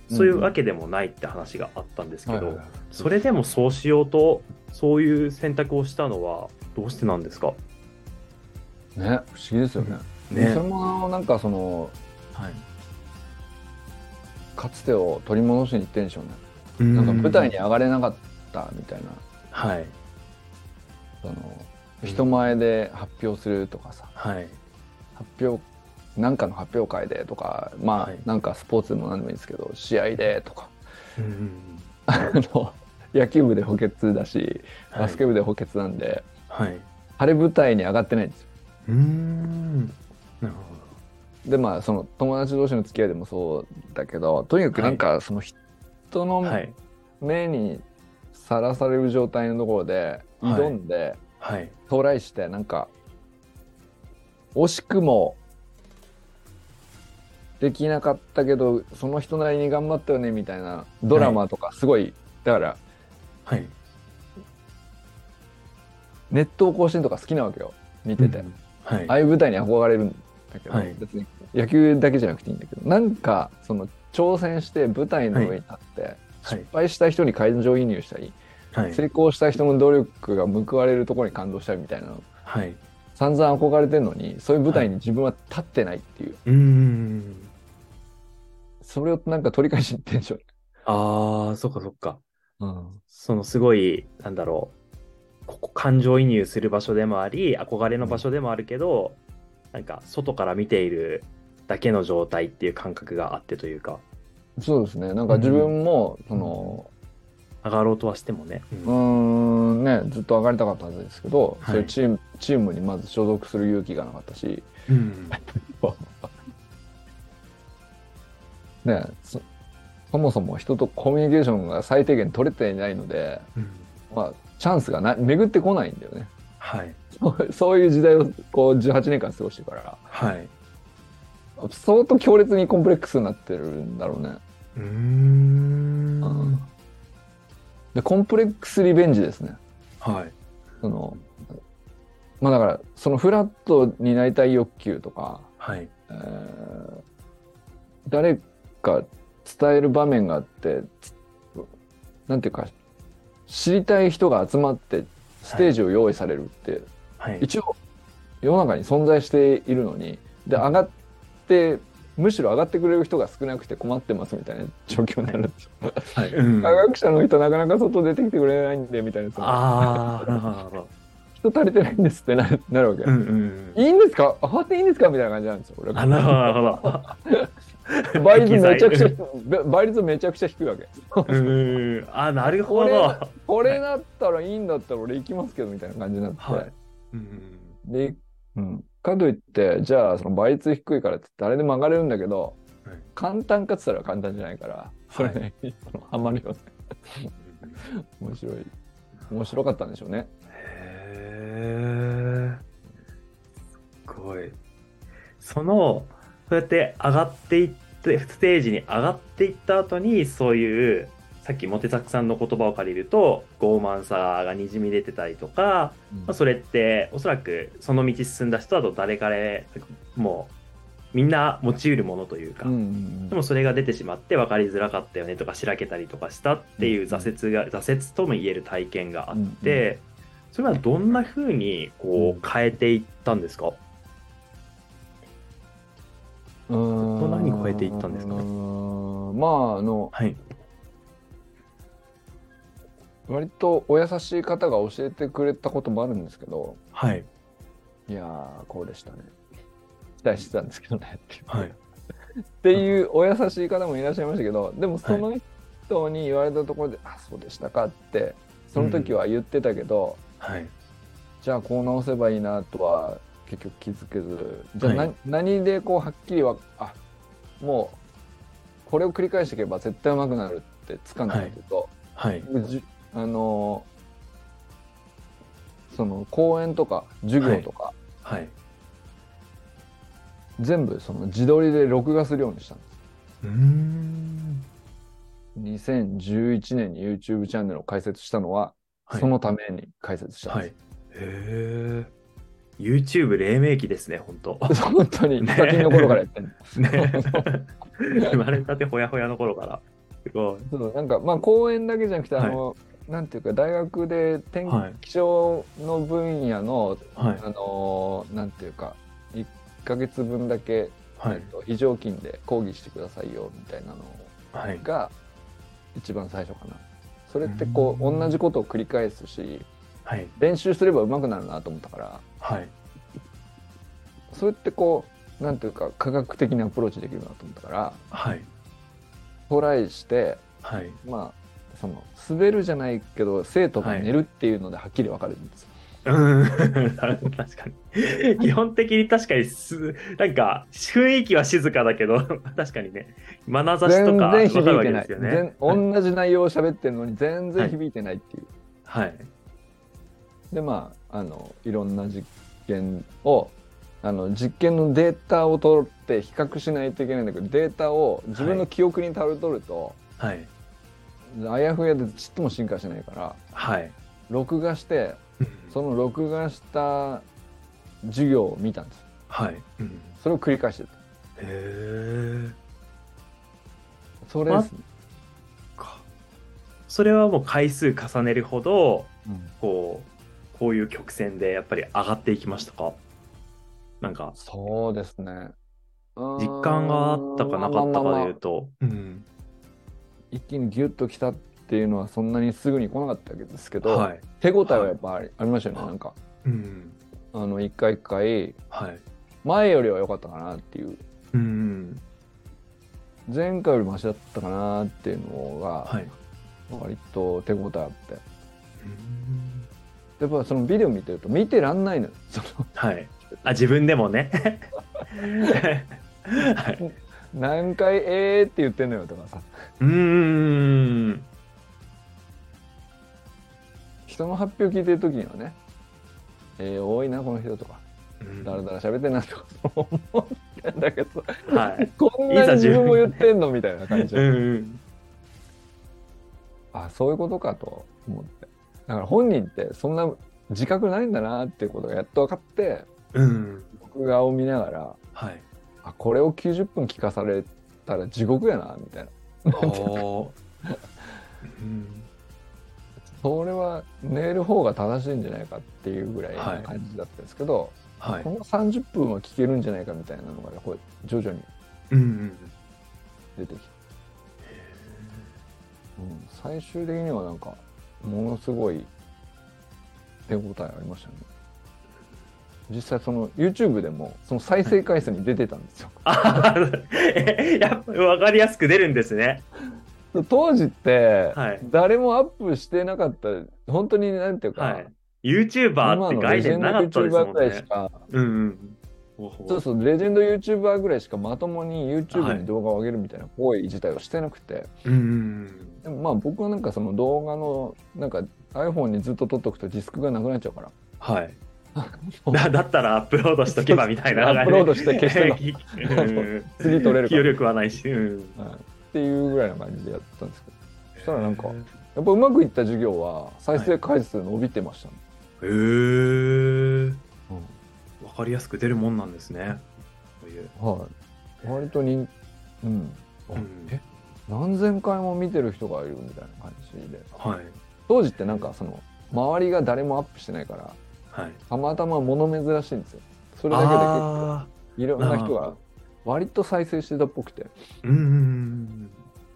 そういうわけでもないって話があったんですけど、 はいはいはい。 それでもそうしようと、そういう選択をしたのはどうしてなんですか？ ね、不思議ですよね。 うん。ね。 それもなんかその、 はい。 かつてを取り戻しに行ってるんでしょうね。 うーなんか舞台にん。 上がれなかったみたいな、 はい。 その、人うん。 前で発表するとかさ、 はい。 発表、なんかの発表会でとか、まはい。 あなんかスポーツでも何でもいいですけど、試合でとか、 うん。 の野球部で補欠だし、バはい。 スケ部で補欠なんで、 はい。 晴れ舞台に上がってないんですよ。 うーん。なるほで、まあその友達同士の付き合いでもそうだけど、とにかど。はい。 くなんかその人のはい。 目にさらされる状態のところではい。 挑んではい。 トライして、なんか惜しくもできなかったけどその人なりに頑張ったよねみたいなドはい。 ラマとかすごい、だからはい。 熱湯甲子園とか好きなわけよ、見てて。 うん。はい。 ああいう舞台に憧れるんだけはい。 ど、別に野球だけじゃなくていいんだけど、なんかその挑戦して舞台はい。 の上に立って失はい。 敗した人に感情移入したり、 はい。 成功した人の努力が報われるところに感動したりみたいなのはい。 散々憧れてるのに、そういう舞はい。 台に自分は立ってないっていう、 うーん。 それをなんか取り返しに行ってんでしょ。 ああ、そっかそっか。 うん。 そのすごい、なんだろう。ここ感情移入する場所でもあり、憧れのうん。 場所でもあるけど、なんか外から見ているだけの状態っていう感覚があってというか。 そうですね。なんか自うん。 分も、そうん。 の、 上がろうとはしてもね。ううーん。 ね、ずっと上がりたかったはずですけど、 はい。 そういうチームにまず所属する勇気がなかったし、 うん。 ね、そもそも人とコミュニケーションが最低限取れていないので、 うん。 まあ、チャンスが巡ってこないんだよね。 はい。 そういう時代をこう18年間過ごしてるから、 はい。 相当強烈にコンプレックスになってるんだろうね。 うーうん。 ん。 で、コンプレックスリベンジですね。 はい。 その、まあだから、そのフラットになりたい欲求とか、 はい。 誰か伝える場面があって、なんていうか、知りたい人が集まってスはい。 テージを用意されるって、 はい。 一応世の中に存在しているのに、で、 うん。 むしろ上がってくれる人が少なくて困ってますみたいな状況にはい。 なるんですよ。 はい。う科ん。 学者の人なかなか外出てきてくれないんで、みたいな、その、 ああ、なるほど、なるほど。 人足りてないんですってなるわけ。 うんうんうん。 いいんですか、上がっていいんですかみたいな感じなんですよ。俺あ、なるほど、なるほど。 倍率適材。 めちゃくちゃ、 うん。 倍率めちゃくちゃ低いわけ。 うーん。あ、なるこれな、 ほど。 こはい。 れだったらいいんだったら俺行きますけど、みたいな感じになって。 はい。うん。 で、うん。かといって、じゃあ、その倍率低いからって誰でも上がれるんだけど、 はい。 簡単かって言ったら簡単じゃないから、そはい。 れね、ハマるよね。 うん。 面白い。面白かったんでしょうね。 へえ。すごい。そうやって上がっていって、ステージに上がっていった後に、そういう、さっきモテザクさんの言葉を借りると、傲慢さがにじみ出てたりとか、まあ、 うん。 それっておそらくその道進んだ人だと誰彼、もうみんな持ち得るものといううん。うか、でん。 もそれが出てしまって分かりづらかったよねとか、しらけたりとかしたっうん。 ていううん。 挫折とも言える体験があっうん。うん。 て、それはどんな風にこううん。 変えていったんですか？ うー何に変えていったんですかね？ まあ、 はい。 割とお優しい方が教えてくれたこともあるんですけど、 はい。 いやー、こうでしたね。期待してたんですけどね、っていう。 はい。 っていうお優しい方もいらっしゃいましたけど、でもはい。 その人に言われたところで、あ、そうでしたかって、その時うん。 は言ってたけど、 はい。 じゃあこう直せばいいなとは結局気づけず、じゃあはい。 何でこうはっきりもうこれを繰り返していけば絶対上手くなるってつかんだはい。 かというと、 はい。 じあのその講演とか授はい。 業とかはい。 全部その自撮りで録画するようにしたんです。 うーん。 2011年に YouTube チャンネルを開設したのははい。 そのために開設したんです。 はい。へえ。YouTube 黎明期ですね、本当。 本当にヒカキンの頃からやねってる。 え。ねえ。生まれたてほやほやの頃から。 すごい。 そうなんかまあ講演だけじゃなくて、 はい。 なんていうか大学ではい。 気象の分野の、 はい。 なんていうか1ヶ月分だけ、 はい。 非常勤で講義してくださいよみたいなのはい。 が一番最初かな。それうーってこう同じん。 ことを繰り返すし、 はい。 練習すれば上手くなるなと思ったから、 はい。 それってこうなんていうか科学的にアプローチできるなと思ったから、 はい。 トライして、 はい。 まあその滑るじゃないけど生徒がはい。 寝るっていうのではっきり分かるんですよ。 うん。確かに。基本的に確かになんか雰囲気は静かだけど、確かにね、眼差しと全然かわかるわけ響いてない。 ですよね。はい。 同じ内容を喋ってるのに全はい。 然響いてないっていう。 はい。 で、まあ、いろんな実験を、実験のデータを取って比較しないといけないんだけど、データを自はい。 分の記憶にたどると、 はい。 あやふやでちっとも進化しないから、 はい。 録画して、 うん。 その録画した授業を見たんです。 はい。うん。 それを繰り返してる。 へえ。まそれですね。 か。それはもう回数重ねるほど、 うん、 こういう曲線でやっぱり上がっていきましたか？なんか、 そうですね。 実感があったかまあまあなかったかでまあまあ、 言うと、うん。 一気にギュッときたっていうのはそんなにすぐに来なかったわけですけど、 はい。 手応えははい。 やっぱありましたよね。 あ、 なんか、 うん。 一回一回、 はい。 前よりは良かったかなっていう、 うん。 前回よりマシだったかなっていうのが、 はい。 割と手応えあって。 うん。 やっぱそのビデオ見てると見てらんないのよ。 はい。あ、自分でもね。はい。 何回って言ってんのよとかさ、 うーん。 人の発表聞いてる時にはね、多いな、この人とか、 うん。 だらだら喋ってんなとか思ってんだけど、 はこんい。いざなに自分も自分がね。 言ってんのみたいな感じうで。 ん。 あ、そういうことかと思って。だから本人ってそんな自覚ないんだなっていうことがやっと分かって、 うん。 録画を見ながら、 はい。 あ、これを90分聞かされたら地獄やな、みたいな。 あなんていうか、 あ。うん。 それは寝る方が正しいんじゃないかっていうぐらいなはい。 感じだったんですけど、 はい。 この30分は聞けるんじゃないかみたいなのが、ね、こう徐々にうん。 出てきて、うん、最終的にはなんか、ものすごい手応えありましたね。実際その YouTube でもその再はい。 生回数に出てたんですよ。 ああ、やっぱ分かりやすく出るんですね。 当時ってはい。 誰もアップしてなかった、本当になんていうか、 はい。YouTuber っ今のレて概ジェンド念なかったですも YouTuber ぐんね。 らいしか、 うんうん。ほうほそうそう、レジェンド YouTuber ぐらいしかまともにう。 YouTube はい。 に動画を上げるみたいな行為自体をしてなくて、 うんうん。 でもまあ僕はなんかその動画の、なんか iPhone にずっと撮っとくとディスクがなくなっちゃうから、 はい。 もだったらアップロードしとけばみたいなアップ感じロードして消しとけば、 で次撮れるから、 気力はないし。うん。 はい、っていうぐらいな感じでやったんですけど、そしたらなんか、 へやっぱうまくいった授業は再ーはい。 生回数伸びてましたね。 へえ。 うん、 わかりやすく出るもんなんですね。そういう。 はい。割とうん。あ、 うん。 え、何千回も見てる人がいるみたいな感じで。 はい。 当時ってなんかその、周りが誰もアップしてないから、 はい。 たまたま物珍しいんですよ。それだけで結構、 あいろあ、 んな人がなるほど。 割と再生してたっぽくて、 うん。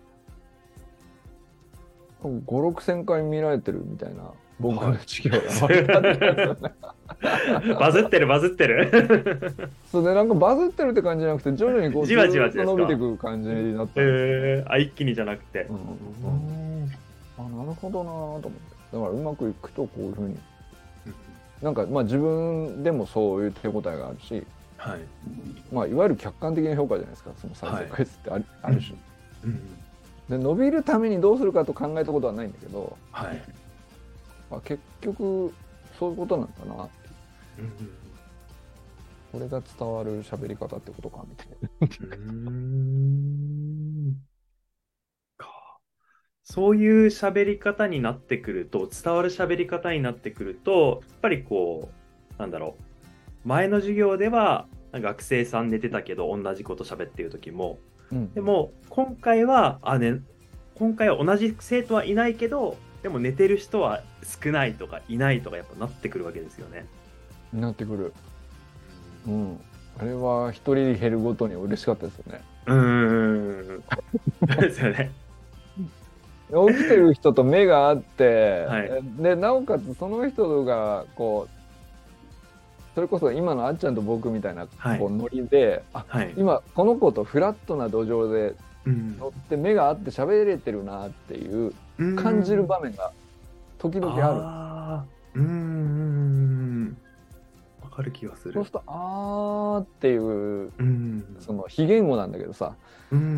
5、6千回見られてるみたいな僕のはい。 授業が割とあったんですよね。 バズってる、バズってる。 そうで、なんかバズってるって感じじゃなくて、徐々にこうずじわじわーっと伸びていですか？ く感じになったんですよ。 あ、一気にじゃなくて。 うんううん、 ん。 あ、なるほどなぁと思って。だからうまくいくとこういうふうに、 うんなんかまあ自分でもそういう手応えがあるし、 はい。 まあいわゆる客観的な評価じゃないですか、その再生はい。 回数ってある種。 うん。うん。 で、伸びるためにどうするかと考えたことはないんだけど、 はい。 まあ、結局そういうことなんだな。 うん。 これが伝わる喋り方ってことかみたいな。 うん。か。そういう喋り方になってくると、伝わる喋り方になってくると、やっぱりなんだろ前の授業では学生さん寝てたけど同じこと喋ってる時も、 うんでも今回は、 今回は同じ生徒はいないけど、でも寝てる人は少ないとかいないとかやっぱなってくるわけですよね。 なってくる。うん。あれは一人減るごとに嬉しかったですよね。 うーん。そうですよね。 起きてる人と目があって、 はい。 で、なおかつその人が、こう、それこそ今のあっちゃんと僕みたいな、 はい。 こう、ノリで、あ、 はい。 今、この子とフラットな土壌でうん。 乗って目があって喋れてるなっていううー感じるん。 場面が時々ある。 ああ。うーん。わかる気がする。 そうすると、あーっていう、 うん。 その非言語なんだけどさ、 うん。うん。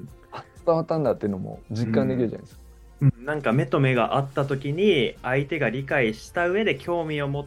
あ、伝わったんだっていうのもう実感できるじゃん。 ないですか。 なんか目と目が合った時に相手が理解した上で興味を持って、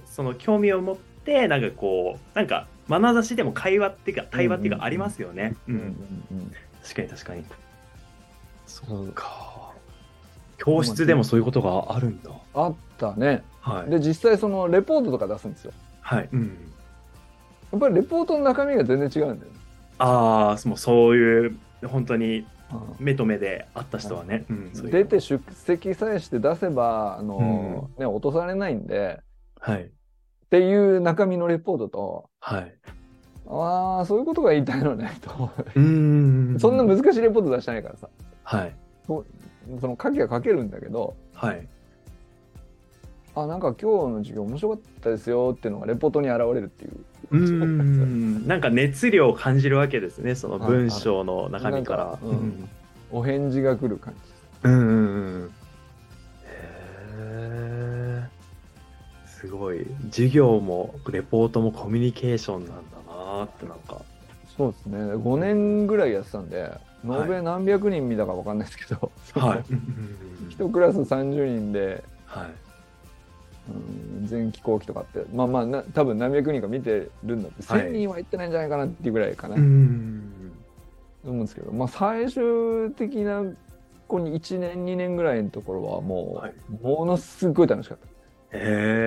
その興味を持ってなんかこうなんか眼差しでも会話っていうかうんう対話っていうかありまんすよね。ううんうんん。 うんうん。 確かに確かに。そっそう。 か。教まあ、 室でもそういうことがあるんだ。 あったね。 はい。 で、実際そのレポートとか出すんですよ。 はい。うん。 やっぱりレポートの中身が全然違うんだよね。 ああ、もうそういう本当にう目と目で会ったん、はい。 人はね、うん、そういうのが。 出て出席さえして出せば、 うん。 ね、落とされないんで、 はい。 っていう中身のレポートと、 はい。 ああ、そういうことが言いたいのね、と。 うーん。 そんな難しいレポート出してないからさ。 はい。 そその書きは書けるんだけど、 はい。 あ、なんか今日の授業面白かったですよっていうのがレポートに現れるっていううー感じなんですよ。 ん。なんか熱量を感じるわけですね、その文は章のい。なんか、 中身から。 うん、 うん。 お返事が来る感じです。 うんうんうん。へえ。すごい。授業もレポートもコミュニケーションなんだなーってなんか。 そうですね。5 うん。 年ぐらいやってたんで、延はい。 べ何百人見たかわかんないですけど、そはい。 の、 うんうん一クラス30人で、 はい。 うん、前期後期とかって、まあまあ多分何百人か見てるんだって、1000 はい。 人は行ってないんじゃないかなっていうぐらいかうな、 ん。 思うんですけど、まあ最終的な、ここに1年、2年ぐらいのところははい。 ものすごい楽しかった。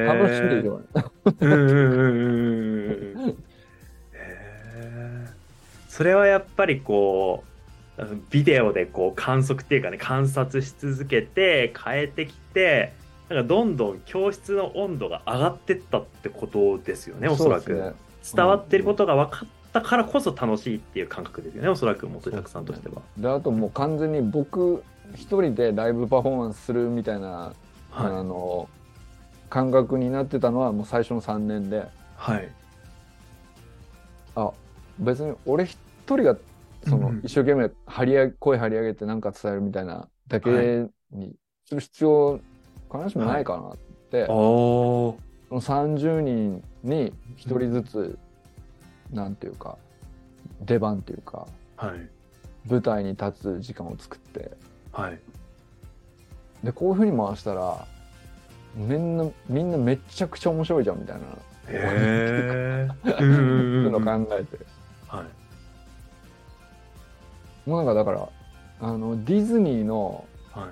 楽しいでへえ。 しょうね。 うんうんうんうんうん。へえ。それはやっぱりこう、ビデオでこう観測っていうかね、観察し続けて変えてきて、なんかどんどん教室の温度が上がってったってことですよね、おそらく。 そうですね。う伝わってるこん。 とが分かったからこそ楽しいっていう感覚ですよね、おそらく元拓そうですね。 さんとしては。 で、あともう完全に僕一人でライブパフォーマンスするみたいな、 はい。 感覚になってたのはもう最初の3年で、 はい。 あ、別に俺一人がそのうん。 一生懸命声張り上げて何か伝えるみたいなだはい。 けにする必要必ずしもなはい。 いかなって、 おー。 その30人に一人うん。 ずつ、なんていうか、出番っていうか、 はい。 舞台に立つ時間を作って、 はい。 で、こういうふうに回したら、みんなめちゃくちゃ面白いじゃんみたいな、こうなんていうかへえ。うんそういうのをうんうんうん。 考えて。 はい。 もうなんかだから、ディズニーの、 はい。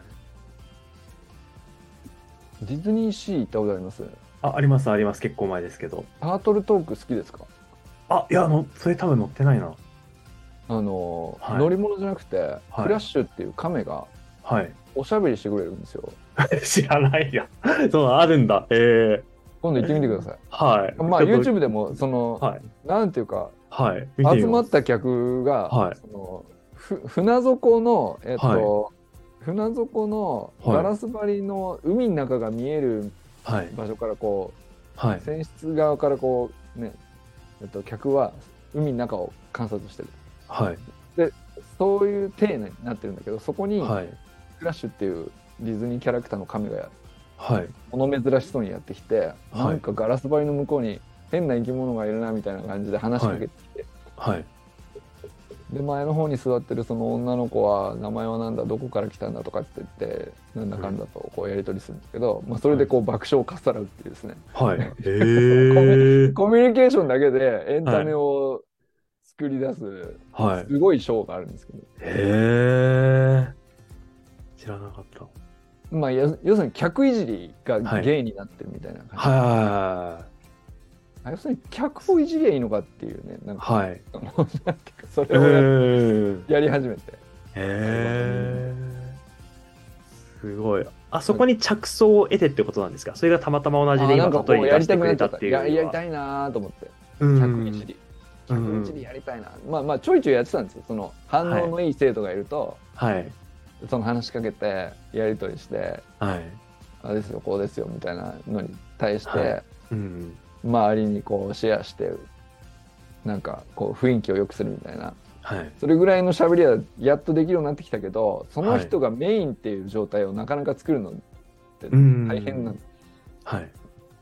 ディズニーシー行ったことあります？ あ、ありますあります。結構前ですけど。 タートルトーク好きですか？ あ、いや、それ多分載ってないな。はい。 乗り物じゃなくて、クはい。 ラッシュっていう亀がはい。 おしゃべりしてくれるんですよ。 知らないや。そう、あるんだ。 今度行ってみてくださはい。まあ、 い。ちょっと、 YouTube でも、 はい。 なんていうか、 はい。見てみ集まったます。 客が、 はい。 船底の、 はい。 船底のガはい。 ラス張りの海の中が見えるはい。 場所からこう、 はい。 船室側からこう、ね、客は海の中を観察してる。 はい。 で、そういう体になってるんだけど、そこにはい。 クラッシュっていうディズニーキャラクターの神がはい。 物珍しそうにやってきて、なはい。 んかガラス張りの向こうに変な生き物がいるなみたいな感じで話しかはい。 けてきて、 はい。 で、前の方に座ってるその女の子は、名前はなんだ、どこから来たんだとかって言って、なんだかんだとこうやり取りするんだけど、まあ、それはい。 でこう爆笑をかっさらうっていうですね。 はい。 そのへえ。 コミュニケーションだけでエンタメはい。 を作り出す、 はい。 すごいショーがあるんですけど、 へえ。知らなかった。 まあ、要するに客いじりがはい。 芸になってるみたいな感じ。 は要するに客をいじりゃいいのかっていうね、なんい。 か、 はい。 なんていうかそうれをーん。 やり始めて。 会話の耳で。 え。すごい。あそこに着想を得てってことなんですか？それがたまたま同じで今なんかこ例えに出しうやりたてくれたっくなっちゃった。 ていうよりは。 やりたいなと思って。 う 100日ん。 で。 う 100日でん。 やりたいな。まあちょいちょいやってたんですよ。その反はい。 応のいい生徒がいると、 はい。 その話しかけて、やりとりして、 はい。 あれですよ、こうですよ、みたいなのに対しはい。 て、 うん。 周りにこうシェアして、なんかこう雰囲気を良くするみたいな。 はい。 それぐらいの喋りはやっとできるようになってきたけど、そのはい。 人がメインっていう状態をなかなか作るのってう大変なん。 ん。 はい。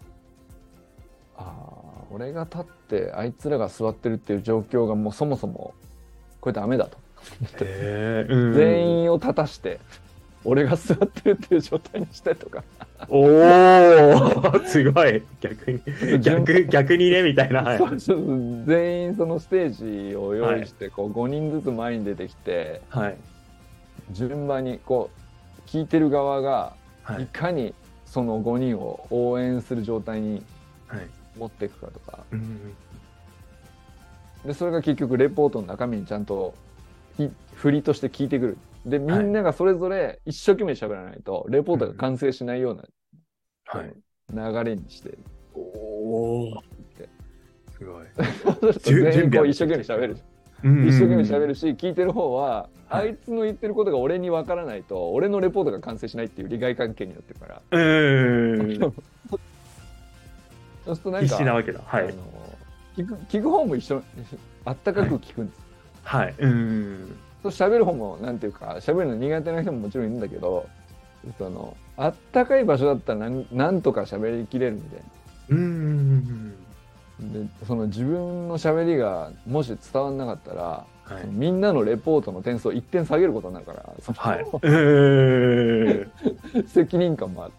俺が立ってあいつらが座ってるっていう状況がもうそもそもこれダメだと。 へえ。うん。 全員を立たして俺が座ってるっていう状態にしてとか、 おー、すごい。逆に、 あと順番逆にね、みたいな。はい。 そうそう全員そのステージを用はい。 意してこう5人ずつ前に出てきて、 はい。 順番にこう聞いてる側がいはい。 かにその5人を応援する状態にはい。 持っていくかとか、 うん。 でそれが結局レポートの中身にちゃんと振りとして聞いてくる。でみはい。 んながそれぞれ一生懸命喋らないとレポートがうん。 完成しないようなこはい。 の流れにしておー、 ってすごい。 そうすると全準備はめ員こう一生ちゃくちゃしてる。 懸命喋る。 うん一生懸命うんうん。 喋るし、聞いてる方ははい。 あいつの言ってることが俺に分からないと俺のレポートが完成しないっていう利害関係になってるから、 うーん。 そうするとなん必死なかわけだ。はい。 聞く方も一緒、あったかくはい。 聞くんです。 はい。うーん。 そう喋る方もなんていうか喋るの苦手な人ももちろんいるんだけど、そのあったかい場所だったらなんとか喋りきれるみたいな。 うーん。 でその自分の喋りがもし伝わんなかったら、 はい。 そのみんなのレポートの点数を1点下げることになるから、そはい。 のうーん。 責任感もあって、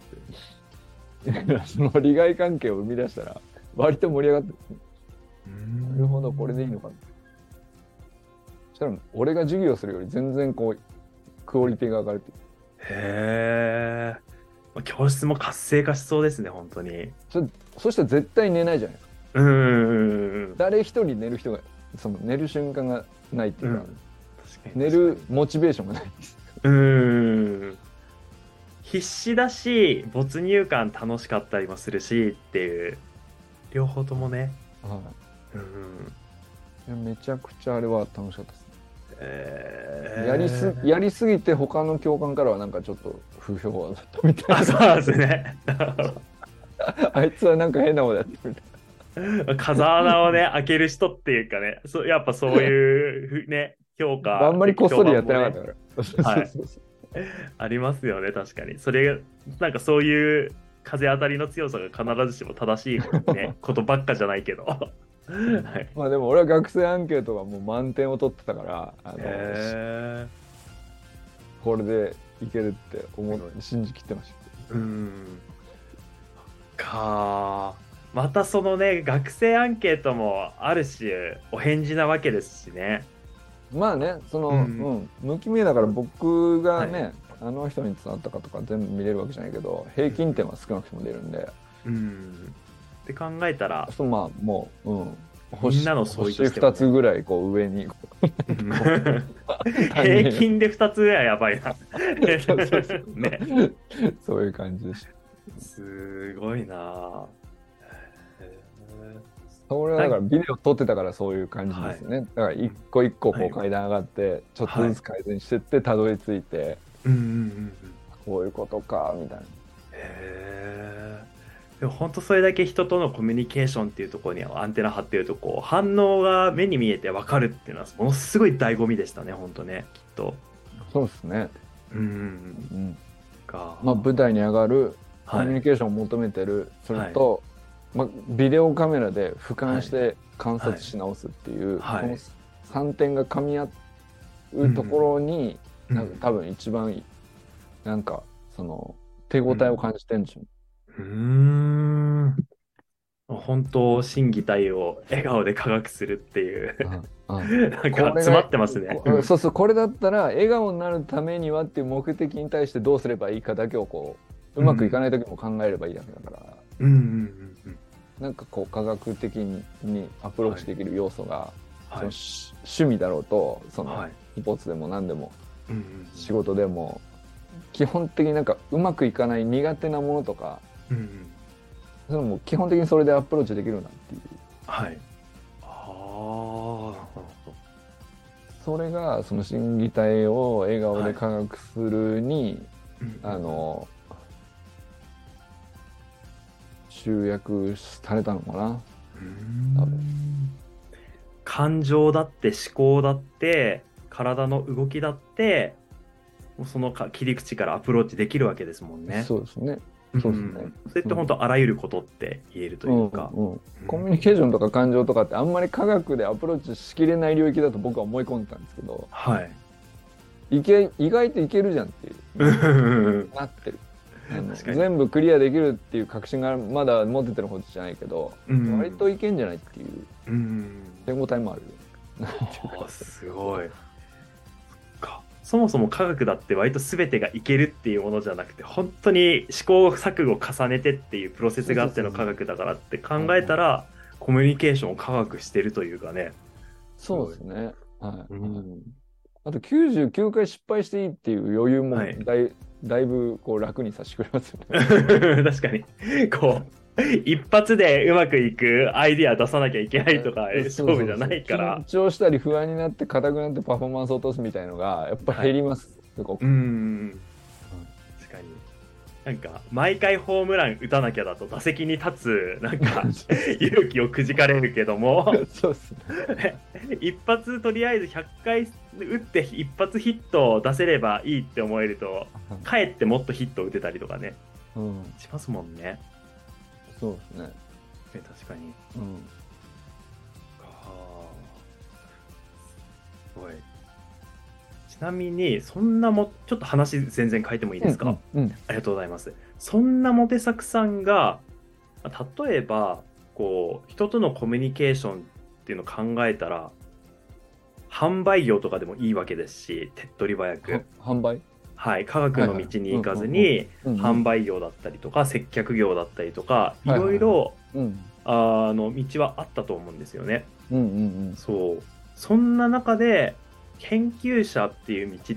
その利害関係を生み出したら割と盛り上がって、 うーなるほどこれでいいのん。 かな。そしたら俺が授業するより全然こうクオリティが上がるっていう。 へえ。教室も活性化しそうですね、本当に。 そしたら絶対寝ないじゃないですか。 うーん。 誰一人寝る人が、その寝る瞬間がないっていうか、 うん。確かに寝確かに。 るモチベーションがないです。 うーん。必死だし、没入感楽しかったりもするしっていう、両方ともね。 はうん。 い。いやめちゃくちゃあれは楽しかったですね。やえりすぎて他の教官からはなんかちょっと不評だったみたいあ、そうなんですね。 な。あいつはなんか変なことやってるみたい風穴をね、開ける人っていうかね、やっぱそういうね、評な。あん価、評まりこっそりやっ判もね、 てなかったから。そうはい、 そうそう。 ありますよね、確かに。それ、なんかそういう風当たりの強さが必ずしも正しいね、ことばっかじゃないけど。はい。 まあでも俺は学生アンケートがもう満点を取ってたから、 へえ、 これでいけるってすごい。 信じきってましうん。またそのね、学生アンケートもあるし、お返事なわけですしね。 た。まあね、 うん。 無記名だから僕がはい。 ね、あの人に伝わったかとか全部見れるわけじゃないけど、平均点は少なくとも出るんで、 うん。って考えたら、 そうまあもう、 みんなの相違として 2 もね。 つぐらいこう上にこうんう単平元。 均で2つはやばいな。 そうそうそね。 う。そういう感じでした。 すごいな。 それはなんだからビデオ撮ってたからそういう感じではい。 すよね。だから一うん個一個はい。 こう階段上がってちょっとはい。 ずつ改善してってたどり着いて、 うんうんうんうん。 こういうことかみたいな。 へえ。でも本当それだけ人とのコミュニケーションっていうところにアンテナ張ってるとこう反応が目に見えてわかるっていうのはものすごい醍醐味でしたね、本当ね、きっと。 そうですね。 うん。 うん。まあか。 舞台に上がるコはい。 ミュニケーションを求めてる。それはい。 と、まあ、ビデオカメラで俯瞰はい。 して観はい。 察し直すっていうこのはい。 3点が噛み合ううとこん。 ろになんかうん。 多分一番なんかその手応えをうん。 感じてるんでしょうね。 うーん。本当、心技体を笑顔で科学するっていううんうん、 なんかこれが詰まってますね。うん。 そうそう、これだったら笑顔になるためにはっていう目的に対してどうすればいいかだけをこううまくいかうん。 ない時も考えればいいだけだから、 うん。うん。うん。 なんかこう科学的にアプローはい。 チできる要素がそのはい。 趣味だろうとそのはい。 スポーツでも何でもうんうん仕事でも基本的になんかうまくいかない苦手なものとか、 うんうんそれも基本的にそれでアプローチできるなっていう。 はい。ああ、なるほそれがその心技体を笑ど。 顔ではい。 科学するに、 うんうんあの集約されたのかな、 う多分。 ん感情だって思考だって体の動きだってもうその切り口からアプローチできるわけですもんね。 そうですね。 うそうですね。 ん、それって本うん。 当あらゆることって言えるとうんいうか。 うん。コミュうんニケーションとか感情とかってあんまり科学でアプローチしきれない領域だと僕は思い込んでたんですけど、 はい。 意外といけるじゃんっていう、なってる。 確かに。 全部クリアできるっていう確信がまだ持ててるほどじゃないけど、割といけんじゃないっていう手応えもある。なんていうか。 すごい。そもそも科学だって割と全てがいけるっていうものじゃなくて本当に試行錯誤を重ねてっていうプロセスがあっての科学だからって考えたらコミュニケーションを科学してるというかね。 そうですね。はい。 うん、 あと99回失敗していいっていう余裕もはい。 だいぶこう楽にさせてくれますよね。 確かに。こう、一発でうまくいくアイディア出さなきゃいけないとか勝負じゃないから。 緊張したり不安になって硬くなってパフォーマンスを落とすみたいのがやっぱ減ります。すごく。 確かに。なんか、毎回ホームラン打たなきゃだと打席に立つ、なんか、勇気をくじかれるけども、 そうですね。 一発とりあえず100回打って一発ヒットを出せればいいって思えると、かえってもっとヒットを打てたりとかね、 うん、 しますもんね。 そうですね。 確かに。 うん。 すごい。ちなみに、そんなも、ちょっと話全然変えてもいいですか？ありがとうございます。そんなモテ作さんが、例えば、こう、人とのコミュニケーションっていうのを考えたら、販売業とかでもいいわけですし、手っ取り早く。 販売。 はい、科学の道に行かずに、販売業だったりとか、接客業だったりとか、いろいろ、道はあったと思うんですよね。そう。そんな中で、研究者っていう道って、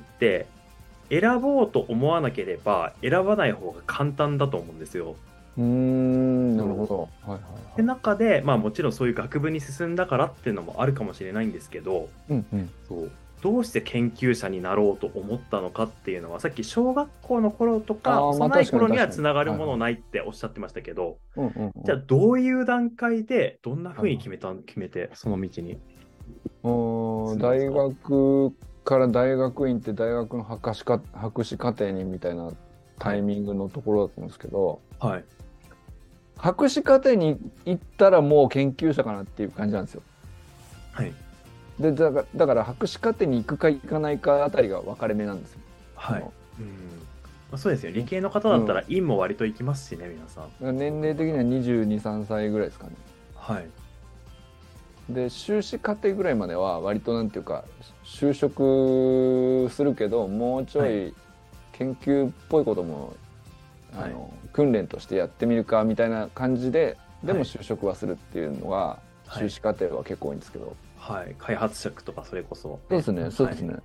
選ぼうと思わなければ、選ばない方が簡単だと思うんですよ。 なるほど。 で中で、まあもちろんそういう学部に進んだからっていうのもあるかもしれないんですけど、そうどうして研究者になろうと思ったのかっていうのは、さっき小学校の頃とか幼い頃にはつながるものないっておっしゃってましたけど、じゃあどういう段階でどんなふうに決めてその道に？ 大学から大学院って大学の博士課程にみたいなタイミングのところだと思うんですけど、 はい、 博士課程に行ったらもう研究者かなっていう感じなんですよ。 はい。 でだから博士課程に行くか行かないかあたりが分かれ目なんですよ。 はい。そうですよ。理系の方だったら院も割と行きますしね、皆さん。 年齢的には22、3歳ぐらいですかね。 はい。 で修士課程ぐらいまでは割となんていうか就職するけどもうちょい研究っぽいことも、訓練としてやってみるかみたいな感じででも就職はするっていうのが、修士課程は結構多いんですけど、 開発職とかそれこそ、 そうですね、そうですね。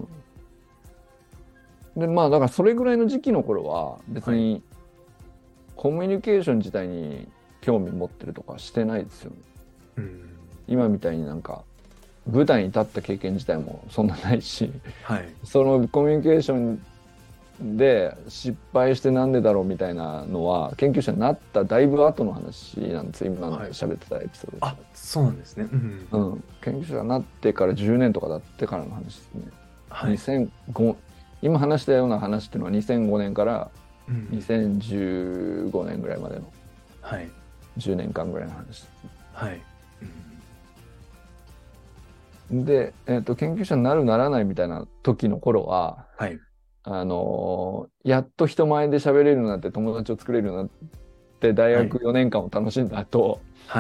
でまあだからそれぐらいの時期の頃は別にコミュニケーション自体に興味持ってるとかしてないですよね。今みたいになんか舞台に立った経験自体もそんなないし、そのコミュニケーションで失敗してなんでだろうみたいなのは研究者になっただいぶ後の話なんですよ、今の喋ってたエピソード。 そうなんですね。 研究者になってから10年とか経ってからの話ですね。2005今話したような話っていうのは2005年から2015年ぐらいまでの10年間ぐらいの話ですね。で、研究者になるならないみたいな時の頃は、やっと人前で喋れるようになって友達を作れるようになって大学4年間を楽しんだ後、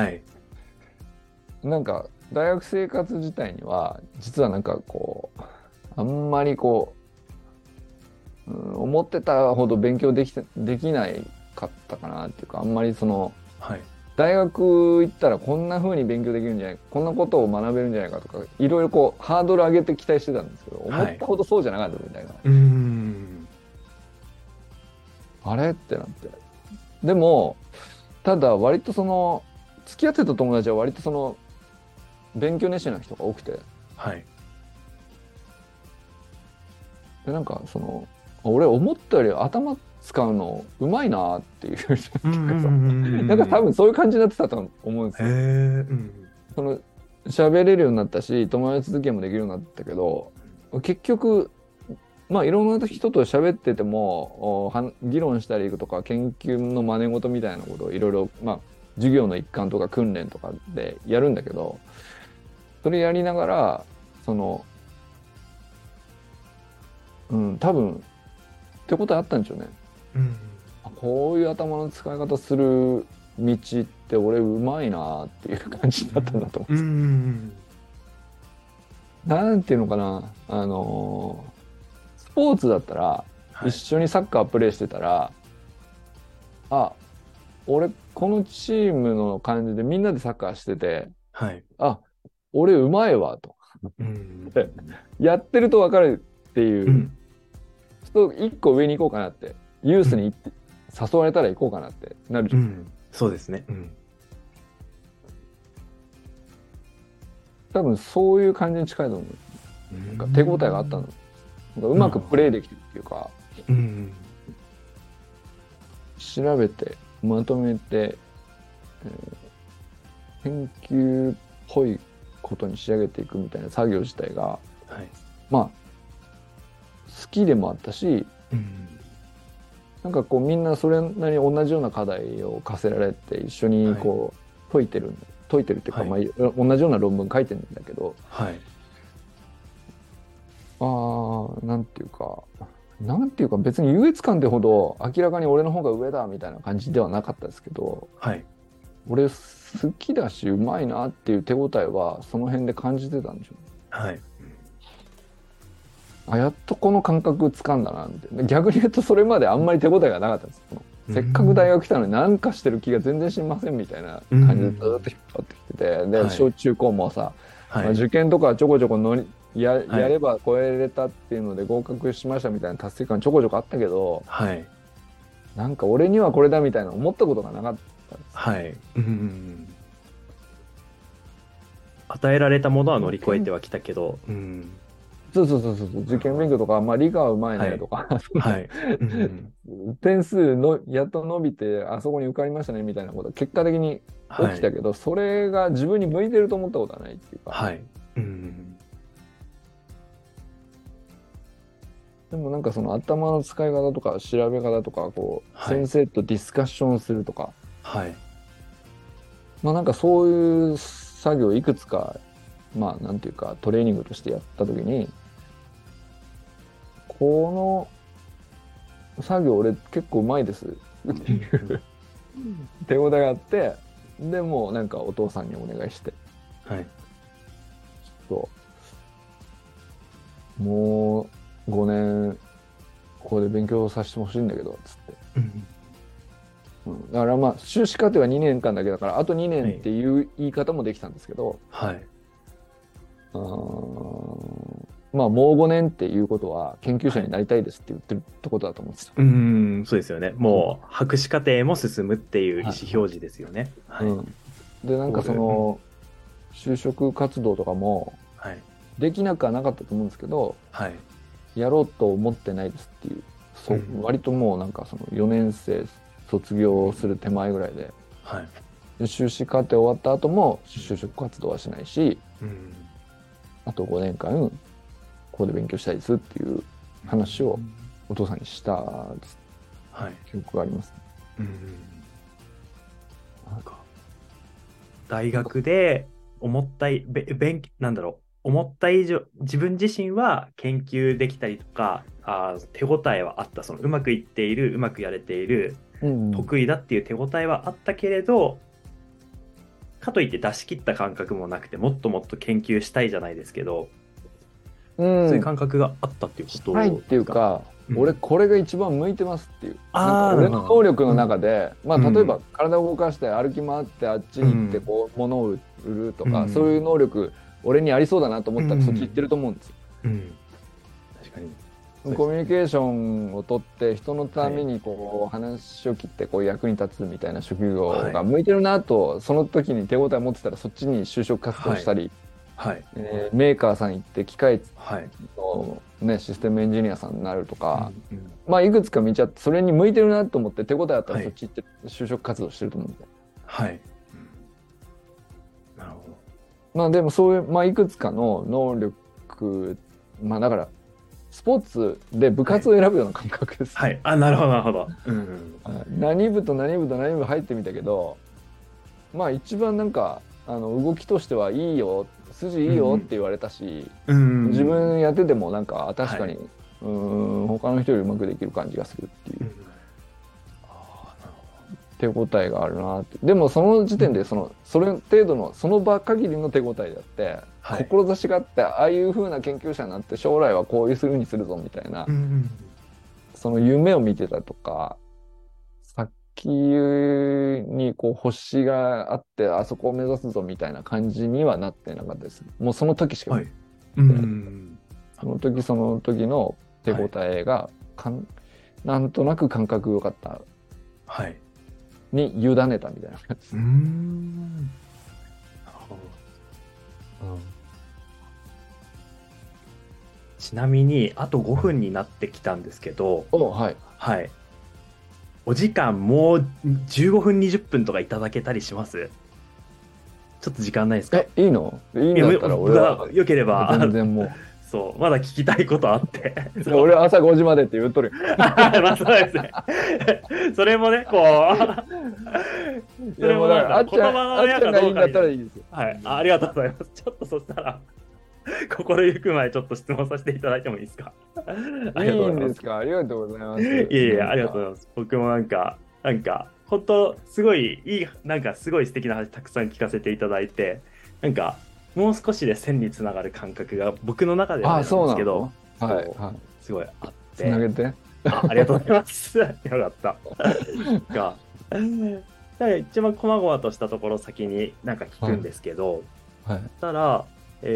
なんか大学生活自体には実はなんかこうあんまりこう、思ってたほど勉強できないかったかなっていうか、あんまりその、 大学行ったらこんな風に勉強できるんじゃないか、こんなことを学べるんじゃないかとか、いろいろこうハードル上げて期待してたんですけど、思ったほどそうじゃなかったみたいな。あれってなって。でも、ただ割とその、付き合ってた友達は割とその、勉強熱心な人が多くて。 はい。 で、なんかその、俺思ったより頭使うのうまいなっていうなんか多分そういう感じになってたと思うんですよ。その喋れるようになったし、友達付き合いもできるようになったけど、結局まあいろんな人と喋ってても議論したりとか研究の真似事みたいなことをいろいろまあ授業の一環とか訓練とかでやるんだけど、それやりながらその多分手応えあったんでしょうね。こういう頭の使い方する道って俺うまいなっていう感じだったんだと思うんです。なんていうのかな、スポーツだったら、一緒にサッカープレーしてたら、あ、俺このチームの感じでみんなでサッカーしてて、あ、俺うまいわと。やってると分かるっていう、ちょっと一個上に行こうかなって、ユースに行って、誘われたら行こうかなってなるじゃん。 そうですね。 多分そういう感じに近いと思う。なんか手応えがあったの。なんかうまくプレイできてるっていうか、調べてまとめて、研究っぽいことに仕上げていくみたいな作業自体が、まあ好きでもあったし、なんかこうみんなそれなりに同じような課題を課せられて一緒にこう解いてるっていうか、まあ同じような論文書いてるんだけど、なんていうか別に優越感ってほど明らかに俺の方が上だみたいな感じではなかったですけど、俺好きだしうまいなっていう手応えはその辺で感じてたんでしょうね。やっとこの感覚掴んだなみたいな。逆に言うとそれまであんまり手応えがなかったんです。せっかく大学来たのに何かしてる気が全然しませんみたいな感じでずっと引っ張ってきてて、で小中高もさ、受験とかちょこちょこやれば超えれたっていうので合格しましたみたいな達成感ちょこちょこあったけど、なんか俺にはこれだみたいな思ったことがなかったです。 与えられたものは乗り越えてはきたけど、 そう受験勉強とか、まあ理科はうまいねとか、点数のやっと伸びてあそこに受かりましたねみたいなことは結果的に起きたけど、それが自分に向いてると思ったことはないっていうか、でもなんかその頭の使い方とか調べ方とかこう、先生とディスカッションするとか、まあなんかそういう作業いくつかまあなんていうかトレーニングとしてやった時に、この作業俺結構うまいですっていう手応えがあって、でもうなんかお父さんにお願いして、ちょっともう5年ここで勉強させてほしいんだけどつって、だからまあ修士課程は2年間だけだからあと2年っていう言い方もできたんですけど、まあもう5年っていうことは研究者になりたいですって言ってるってことだと思うんですよ。 そうですよね。もう博士課程も進むっていう意思表示ですよね。 でなんかその就職活動とかもできなくはなかったと思うんですけど、やろうと思ってないですっていう、割ともうなんかその4年生卒業する手前ぐらいで、修士課程終わった後も就職活動はしないし、あと5年間ここで勉強したいですっていう話をお父さんにした記憶がありますね。 なんか大学で思ったなんだろう、思った以上自分自身は研究できたりとか手応えはあった、そのうまくいっている、うまくやれている、得意だっていう手応えはあったけれど、かといって出し切った感覚もなくて、もっともっと研究したいじゃないですけど、 そういう感覚があったっていうことはいっていうか、俺これが一番向いてますっていう。 ああ、 俺の能力の中で、まあ例えばうん体を動かして歩き回ってあっちに行ってこう物を売るとか、 うんそういう能力俺にありそうだなと思ったらそっち行ってると思うんですよ。 確かに。 コミュニケーションをとって人のためにこう話を切ってこう役に立つみたいな職業が向いてるなと、その時に手応え持ってたらそっちに就職活動したり、メーカーさん行って機械の、ね、システムエンジニアさんになるとか、まあいくつか見ちゃってそれに向いてるなと思って手応えあったらそっち行って就職活動してると思うんで。 はい。なるほど。 まあでもそういう、まあいくつかの能力、まあだからスポーツで部活を選ぶような感覚です、ね。 はい。あ、なるほど、なるほど。 何部と何部と何部入ってみたけど、まあ一番なんか動きとしてはいいよ、筋いいよって言われたし、自分やっててもなんか確かに、他の人よりうまくできる感じがするっていう。手応えがあるなって。でもその時点でそれ程度のその場限りの手応えであって、志があってああいう風な研究者になって将来はこういう風にするぞみたいな、その夢を見てたとか、先にこう星があってあそこを目指すぞみたいな感じにはなってなかったです。もうその時しか見てない。その時その時の手応えがなんとなく感覚良かった。に委ねたみたいな感じです。なるほど。ちなみにあと5分になってきたんですけど、はい。お時間もう15分20分とかいただけたりします？ちょっと時間ないですか？ いいの？いいんだったら俺はよければ全然もう。 そう、まだ聞きたいことあって。 俺朝5時までって言っとるよ。 まあそうですね。それもね、こう。それもなんか言葉の親かどうかに。はい。ありがとうございます。ちょっとそしたら、心ゆく前ちょっと質問させていただいてもいいですか？ いいんですか？ありがとうございます。いえ、ありがとうございます。僕もなんか、本当すごいいい、すごい素敵な話たくさん聞かせていただいて、もう少しで線につながる感覚が僕の中ではあるんですけど、すごいあって。 つなげて。 ありがとうございます。よかった。一番細々としたところ先に聞くんですけど、たら、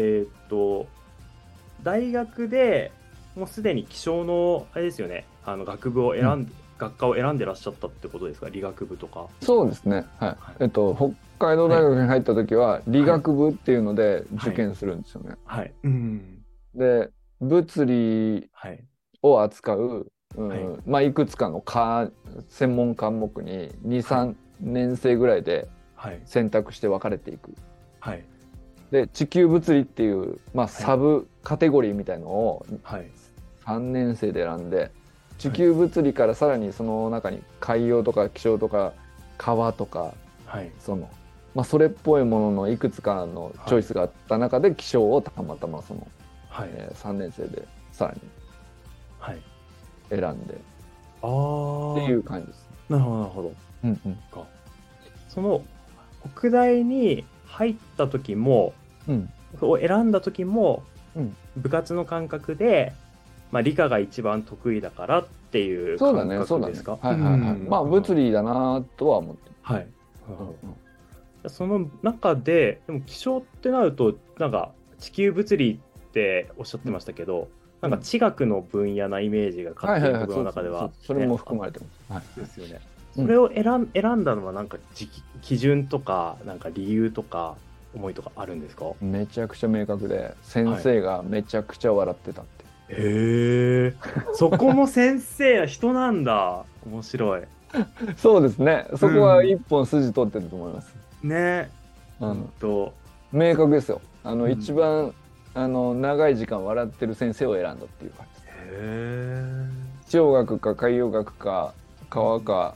大学でもうすでに気象のあれですよね、学科を選んでらっしゃったってことですか？理学部とか。 そうですね。北海道大学に入った時は理学部っていうので受験するんですよね。で、物理を扱う、まあいくつかの専門科目に2、3年生ぐらいで選択して分かれていく。で、地球物理っていう、まあ、サブカテゴリーみたいのを3年生で選んで、地球物理からさらにその中に海洋とか気象とか川とか、まあ、それっぽいもののいくつかのチョイスがあった中で気象をたまたま3年生でさらに選んでっていう感じです。 なるほど、なるほど。その北大に入った時も、を選んだ時も、部活の感覚で、まあ、理科が一番得意だからっていう感覚ですか？ まあ物理だなとは思ってその中でも気象ってなると地球物理っておっしゃってましたけど、地学の分野なイメージが勝手に僕の中ではそれも含まれてます。 ですよね。それを選んだのは基準とか理由とか思いとかあるんですか？ めちゃくちゃ明確で、先生がめちゃくちゃ笑ってたって。 へえ、そこも先生は人なんだ。面白い。 そうですね。そこは一本筋取ってると思います。 ね。 明確ですよ。一番長い時間笑ってる先生を選んだっていう感じです。 へえ。 気象学か海洋学か川か、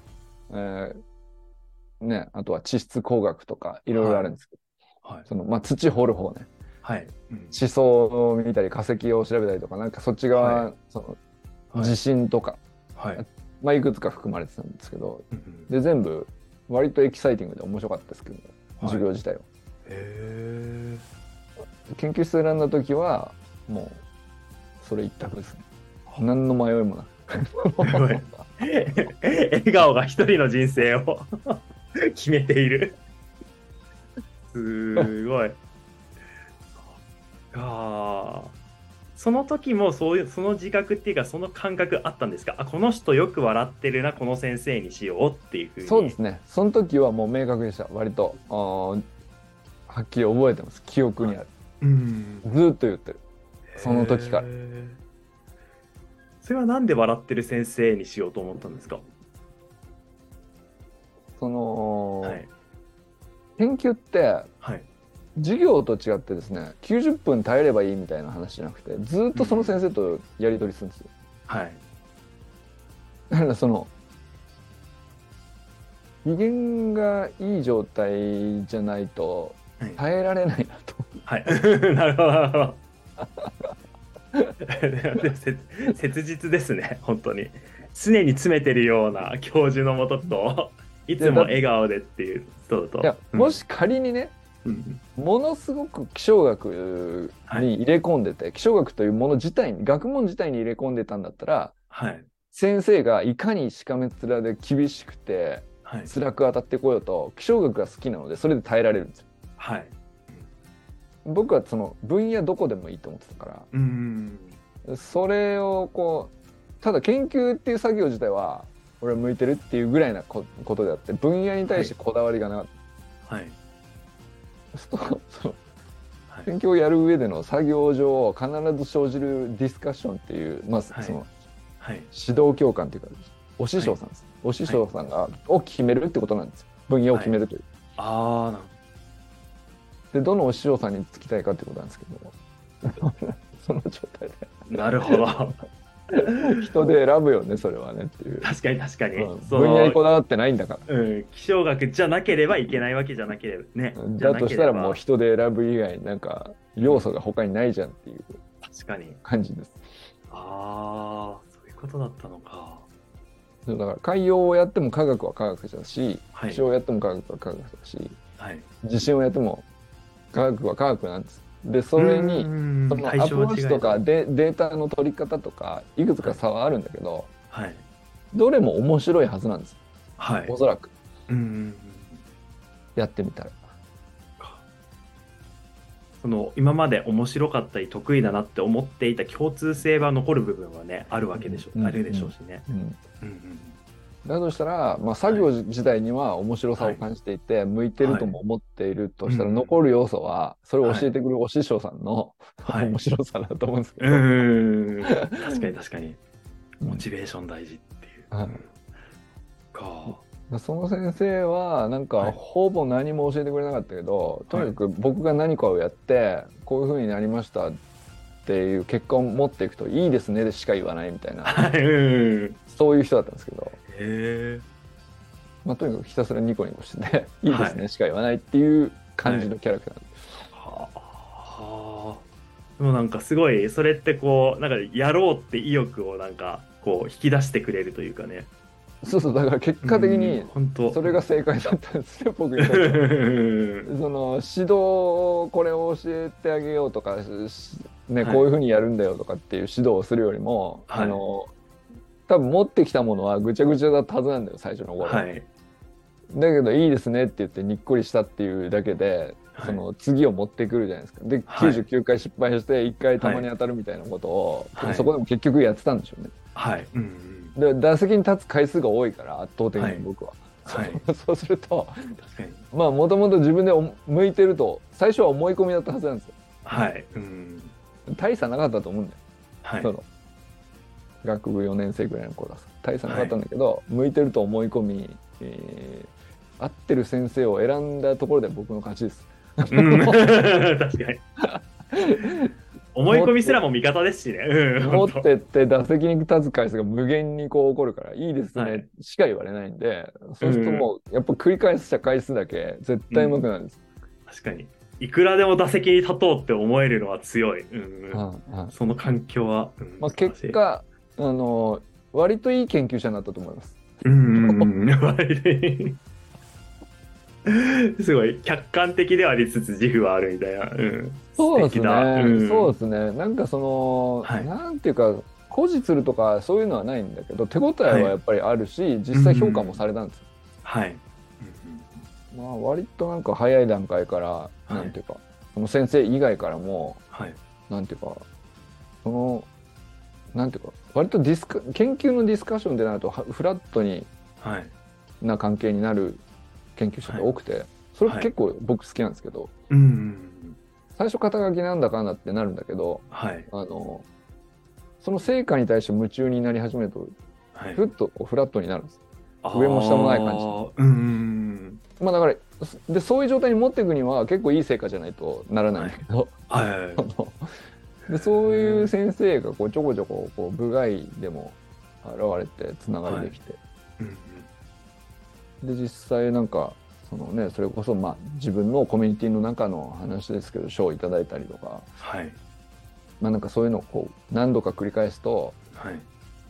ね、あとは地質工学とかいろいろあるんですけど、まあ、土掘る方ね、地層を見たり化石を調べたりとかそっち側、地震とか、まあ、いくつか含まれてたんですけど、で全部割とエキサイティングで面白かったですけど、授業自体は。研究室選んだ時はもそれ一択ですね。何の迷いもなく。 すごい。笑顔が一人の人生を決めている。すごい。その時もそういう、その自覚っていうか、その感覚あったんですか？あ、この人よく笑ってるな、この先生にしようっていうふうに。 そうですね。その時はもう明確でした。割と。はっきり覚えてます。記憶にある。 うん。 ずーっと言ってる。その時から。 それはなんで笑ってる先生にしようと思ったんですか？はい。 研究って、 はい。 授業と違ってですね、90分耐えればいいみたいな話じゃなくて、ずーっとその先生とやり取りするんですよ。 はい。 だから機嫌がいい状態じゃないとはい。 耐えられないなと。 はい。なるほど、なるほど。切実ですね、本当に。常に詰めてるような教授のもとと、いつも笑顔でっていう人と。 いや、もし仮にね、ものすごく気象学はい。 に入れ込んでて、気象学というもの自体に、学問自体に入れ込んでたんだったら、 はい。 先生がいかにしかめっ面で厳しくて、 はい。 辛く当たってこようと、気象学が好きなので、それで耐えられるんですよ。 はい。 僕はその分野どこでもいいと思ってたかうん。 ら、それをただ研究っていう作業自体は、俺は向いてるっていうぐらいなことであって、分野に対してこだわりがなかった。 はい。 そのはい。 研究をやる上での作業上必ず生じるディスカッションっていう、まあ、 はい。 そのはい。 指導教官っていうか、お師匠さんです。お師匠さんを決めるってことなんですよ。分野を決めるという。 ああ、なるで、どのお師匠さんにつきたいかってことなんですけど、その状態で。 なるほど。 人で選ぶよね、それはねっていう。 確かに確かに。 分野にこだわってないんだか気象学じゃなければいけないわけじゃなければね。じゃら。だなとしたらもうければ。 人で選ぶ以外なんか要素が他にないじゃんっていう確かに。 感じです。 ああ、そういうことだったのか。 だから海洋をやっても科学は科学だし、 はい。 気象をやっても科学は科学だし、 はい。 地震をやっても科学は科学なんです。で、そうーれに、そん、 のアプ対象はローチとか違えど。 データの取り方とか、いくつかはい。 差はあるんだけど、 はい。 どれも面白いはずなんです。 はい。 おそらく、 うん。 やってみたら。 今まで面白かったり得意だなって思っていた共通性は残る部分はね、あるわけでしょ、 うんあるでしょうしね。 うんうんうん。 だとしたら、まあ、作業はい。 自体には面白さはい。 を感じていて、向いてるはい。 とも思っているとしたら、 うんうん。 残る要素は、それをはい。 教えてくれるお師匠さんのはい。 面白さだと思うんですけうど。 確かに確かに。モチベーション大事っていう。 はか。 い、その先生は、なんか、 はい。 ほぼ何も教えてくれなかったけど、とはい。 にかく僕が何かをやって、こういう風になりましたっていう結果を持っていくと、いいですねでしか言わないみたいな、 はい。うん。 そういう人だったんですけど、 へえ。 まあ、とにかくひたすらニコニコしてて、いいではい。 すねしか言わないっていう感じはい。 のキャラクター。 はあ。でもなんかすごい、それってなんかやろうって意欲をなんか、引き出してくれるというかね。 そうそう、だから結うん、 果的に本当。 それが正解だったんですね、僕にとっては。 うんその指導、これを教えてあげようとか、ね、 はい。 こういうふうにやるんだよとかっていう指導をするよりも、 はい。 多分持ってきたものはぐちゃぐちゃだったはずなんだよ、最初の頃。 はい。 だけど、いいですねって言ってにっこりしたっていうだけで、そはい。 の次を持ってくるじゃないですか。で、 はい。 99回失敗して1回たはい。 まに当たるみたいなことを、 はい。 そこでも結局やってたんでしょうね。 はい。うん。 で、打席に立つ回数が多いから、圧倒的はい。 に僕は。 はい。 そうすると、 確かに。 まあ、もともと自分で向いてると、最初は思い込みだったはずなんですよ。 はい。うん。 大差なかったと思うんだよ。 はい。 その学部4年生ぐらいの頃はさ大差なかったはい。 んだけど、向いてると思い込み、合ってる先生を選んだところで僕の勝ちです。 うん。確かに。思い込みす持って、 らも味方ですしね。うん、本当。 持ってって打席に立つ回数が無限に起こるから、いいですねはい。 しか言われないんで、 うそうするとん。 もう、やっぱ繰り返した回数だけ絶対上手くうん。 なるんです。 確かに。いくらでも打席に立とうって思えるのは強い。うん。 はいはい。 その環境は、 まあ、 素晴らしい。 結果、割といい研究者になったと思います。 うん。割にすごい客観的ではありつつ自負はあるみたいな。うん。素そうですね。 敵だ。うん。 そうですね。なんかその、 はい。 なんていうか、誇示するとかそういうのはないんだけど、手応えはい。 はやっぱりあるし、実う際評価もん。 されたんですよ。 はい。うんまあ割となんか早い段階から、 はい。 なんていうか、その先生以外からも、 はい。 なんていうか、その、なんていうか、割と研究のディスカッションでなると、フラットにはい。 な関係になる研究者っはい。 て多くて、それはい。 結構僕好きなんですけど、 うん。 最初肩書きなんだかんだってなるんだけど、 はい。 あの、その成果に対して夢中になり始めると、 はい。 ふっとこうフラットになるんです。 あ上も下もない感じに。 あ、うん。 まあだから、で、そういう状態に持っていくには結構いい成果じゃないとならないんはい。 だけど、 はい。 で、そういう先生がこうちょこちょここう部外でも現れてつながりはい。 できて、 うん。 で、実際なんか、そのね、それこそまあ自分のコミュニティの中の話ですけど、賞をいただいたりとか、 はい。 まあなんかそういうのをこう何度か繰り返すと、 はい。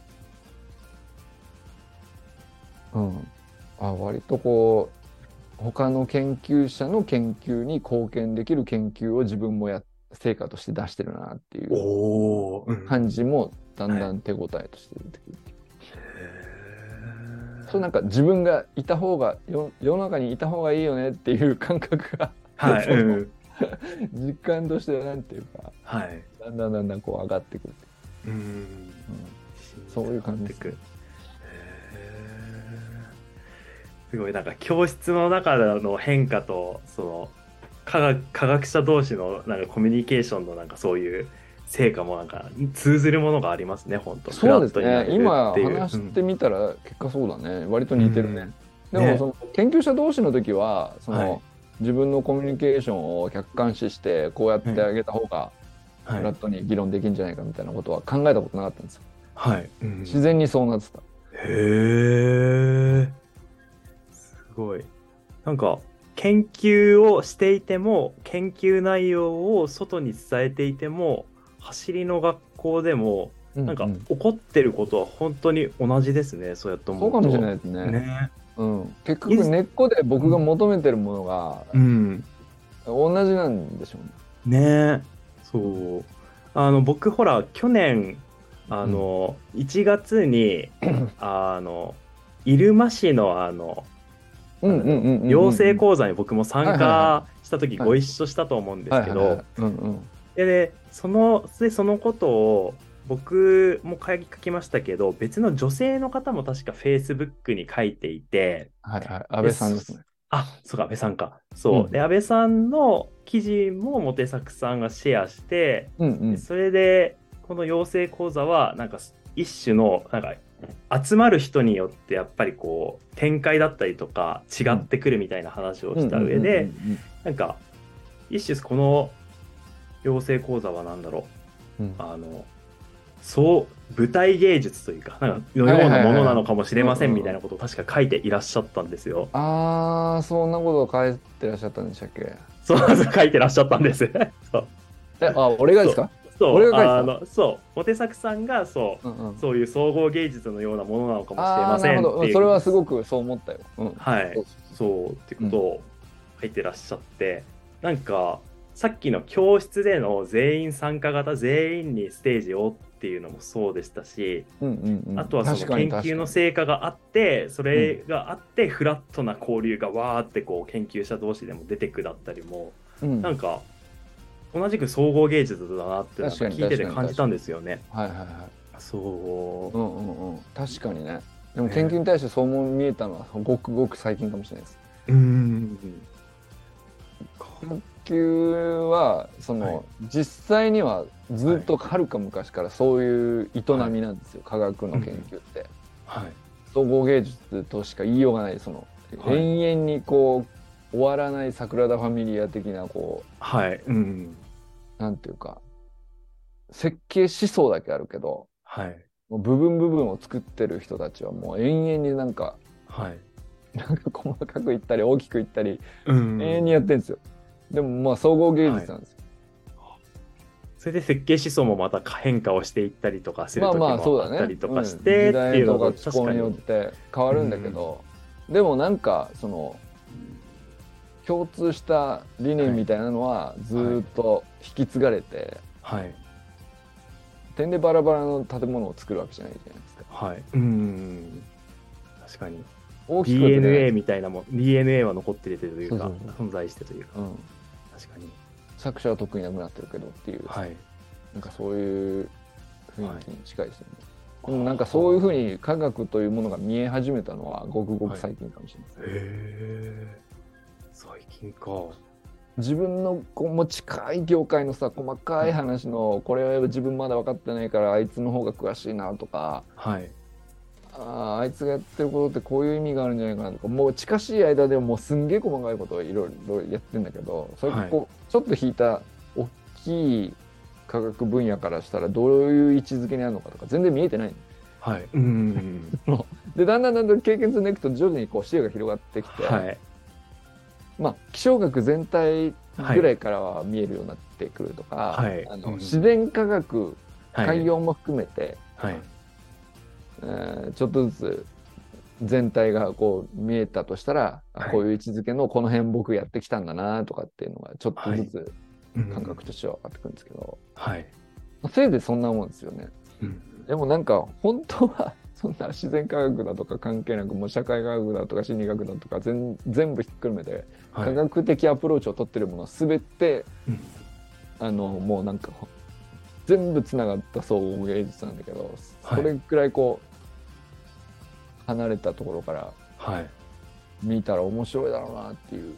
うん、割とこう、他の研究者の研究に貢献できる研究を自分も成果として出してるなっていうおー。うん。 感じもだんはい。へだん手応えとして出てくる。そうなんえ。 か自分がいた方が世の中にいた方がいいよねっていう感覚がはい。 そのうん。 実感としてなんていうかはい。 だんだんだんだんこう上がってくる、 うん。 うん、 自信につそういうながってく。 感じですね。 へすごいなんか教室の中での変化とその科学者同士のなんかコミュニケーションのなんかそういう成果もなんか通ずるものがありますね、本当フそうラットになですね。 れるっていう。 今話うん。 してみたら結果そうだね。割とう似てるね。 ん。 でもそね。 の研究者同士の時はそはい。 の自分のコミュニケーションを客観視してこうやっはい。 てあげた方がはい。 フラットに議論できるんじゃないかみたいなことは考えたことなかったんですよ。 はい。うん。 自然にそうなってた。 へえ。すごい。なんか、研究をしていても、研究内容を外に伝えていても、走りの学校でも、なんかうんうん。 起こってることは本当に同じですね、そうやってそうかもしれ思うと。 ないですね。 ねうん。結え。 局根っこで僕がうん。 求めてるものがうん。 同じなんでしょうね。 ねえ。 うん。 そう。僕、ほら、去年、 うん。 1月に、入間市の、 うんうんうんうん養成うんうん。 講座に僕も参はいはいはい。 加した時はいご一緒したと思うんではいすけど、 はいはい。うんうん。 そのことを僕も書きましたけど、別の女性の方も確か Facebook に書いていて、 はいはい。安で、 倍さんですね。 そうか、安倍さんか。そう。 うん。 で、安倍さんの記事もモテ作さんがシェアして、で、 うんうん。 それで、この養成講座は、なんか一種の、なんか、集まる人によってやっぱりこう展開だったりとか違うんってくるみたいな話をしたうんうんうんうん上で、 うん。 なんか一種この養成講座は何だろうん。 う、舞台芸術というか、なんかのはいようなものはいはいはい。 なのかもしうんれませんみたいなうんうん。 ことを確か書いていらっしゃったんですよ。 ああ、そんなことを書いてらっしゃったんでしたっけ？ 書いてらっしゃったんです。そう俺がですか？ そうそう、 俺が書いてた？ モテ作さんがうんうん。 そういう総合芸術のようなものなのかもしれああ、 ませんっなるほど。うん、それていう、 はすごくそう思ったよ。うん。 はい、 そうそうそそうってう。うん。 ことを書いてらっしゃって、なんか、さっきの教室での全員参加型、全員にステージをっていうのもそうでしたし、 うんうんうん。 あとはその確かに研究の確かに。 成果があって、そうん。 れがあって、フラットな交流がわーってこう研究者同士でも出てくだったりも、 うん。 なんか同じく総合芸術だなってなん確かにか聞いてて確かに感じたん確かに。 ですよね。 はいはいはい。 そうんうんうん。確かにね。でう。 も研究ね。 に対してそう見えたのはごくごく最近かもしれないです。 うーん。 研究は、そはい。 の、実際にはずはい。 っとはるか昔からそういう営はい。 みなんですよ。科学の研うん。 究って。 はい。 総合芸術としか言いようがない、その、 はい。 永遠にこう、終わらないサグラダ・ファミリア的な、こはい。うん。 う、なんていうか、設計思想だけあるけど、 はい。 もう部分部分を作ってる人たちはもう永遠になんか、 はい。 なんか細かく言ったり大きく言ったり、 う永遠にやっん。 てるんですよ。でもまあ総合芸はい。 術なんですよ。 それで設計思想もまた変化をしていったりとかするまあまあ時もあそうだね。 ったりとかしうん。時てっていうのと代とか気候によっ確かに。 て変わうるんだけん。 ど、でもなんかその共通した理念みたいなのはずーっと引き継がれて、 はい。 点でバラバラの建物を作るわけじゃないじゃないですか。 はい。確かに。 大きくは出ない DNA みたいなもん、DNA は残ってるというか、 そうそう存在してというか。 うん、 確かに。 作者は特になくなってるけどっていう、 はい。 なんかそういう雰囲気に近いですよね。 はい、 でもなんかそういうふうに科学というものが見え始めたのはごくごく最近かもしれないです、 へえ、最近か。 自分のこうもう近い業界のさ細かい話のこれは自分まだ分かってないからあいつの方が詳しいなとか、 はい。 あいつがやってることってこういう意味があるんじゃないかなとか、もう近しい間でももうすんげえ細かいことをいろいろやってんだけど、それこうちょっと引いた大きい科学分野からしたらどういう位置づけにあるのかとか全然見えてない。 はい。 でだんだん経験積んでいくと徐々にこう視野が広がってきて、 はい。 まあ気象学全体ぐらいからは見えるようになってくるとか、 はい。 自然科学、 はい、 海洋も含めて、 はいちょっとずつ全体がこう見えたとしたら、 はい、 こういう位置づけのこの辺僕やってきたんだなとかっていうのがちょっとずつ感覚としては分かってくるんですけど、 はい、 せいでそんなもんですよね。でもなんか本当はそんな自然科学だとか関係なくもう社会科学だとか心理学だとか全部ひっくるめて科学的アプローチを取ってるものは全て、もうなんか全部つながった総合芸術なんだけど、それくらいこう離れたところから見たら面白いだろうなっていう、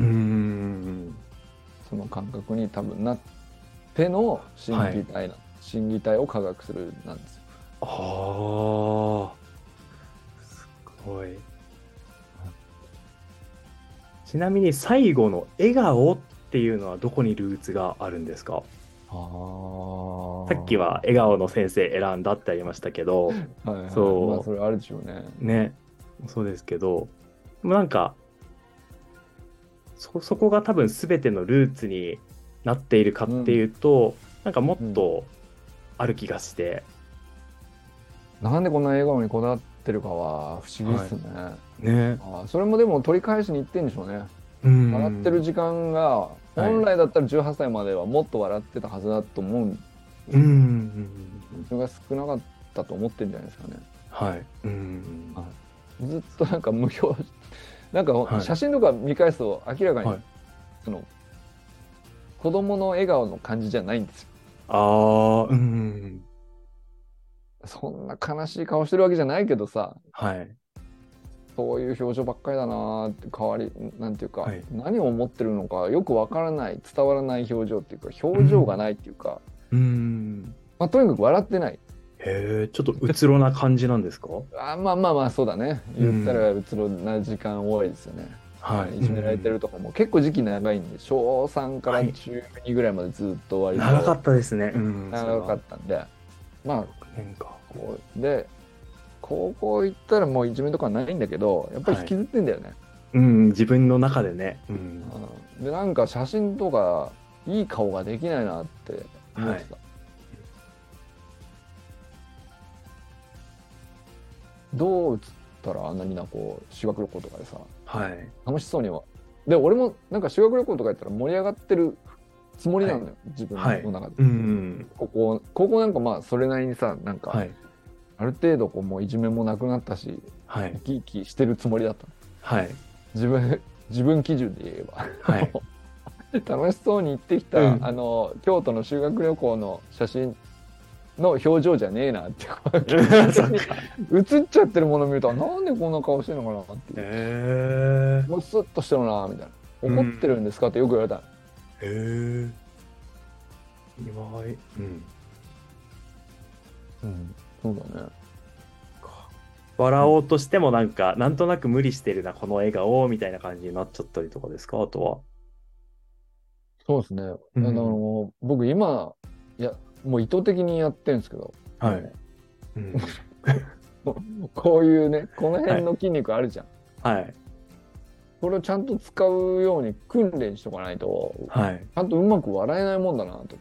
その感覚に多分なっての心技体を科学するなんですよ。 ああ、すごい。ちなみに最後の笑顔っていうのはどこにルーツがあるんですか？さっきは笑顔の先生選んだってありましたけど、 そう、まあそれあるでしょうね。 ね、そうですけど、なんかそこが多分全てのルーツになっているかっていうと、なんかもっとある気がして、 なんでこんな笑顔にこだわってるかは不思議ですね。 ね。 それもでも取り返しにいってんでしょうね。笑ってる時間が本来だったら18歳まではもっと笑ってたはずだと思う。それが少なかったと思ってるんじゃないですかね。 はい。 ずっとなんか無表なんか写真とか見返すと明らかに、その子供の笑顔の感じじゃないんですよ。そんな悲しい顔してるわけじゃないけどさ、そういう表情ばっかりだなって変わりなんていうか、何を思ってるのかよくわからない伝わらない表情っていうか表情がないっていうか、まあ、とにかく笑ってない。 へえ、ちょっとうつろな感じなんですか？ まあそうだね。言ったらうつろな時間多いですよね。いじめられてるとかも結構時期長いんで、小3から中2ぐらいまでずっと割と長かったですね。 長かったんで、まあで高校行ったらもういじめとかないんだけど、やっぱり引きずってんだよね。 自分の中でね。 でなんか写真とかいい顔ができないなって思ってた。どう映ったらあんなにこう修学旅行とかでさ、楽しそうには。で俺もなんか修学旅行とかやったら盛り上がってるつもりなのよ、自分の中で。高校なんかまあそれなりにさ、なんか、ある程度こうもういじめもなくなったし、生き生きしてるつもりだったの。自分基準で言えば。楽しそうに行ってきた、京都の修学旅行の写真の表情じゃねえなって映っちゃってるものを見るとなんでこんな顔してるのかなっていう、もうスッとしてるなみたいな、怒ってるんですかってよく言われた。 意外。 そうだね。 笑おうとしてもなんとなく無理してるなこの笑顔みたいな感じになっちゃったりとかですか？あとは。 そうですね。僕今もう意図的にやってるんですけど、こういうね、この辺の筋肉あるじゃん。これをちゃんと使うように訓練しておかないと、ちゃんとうまく笑えないもんだなと。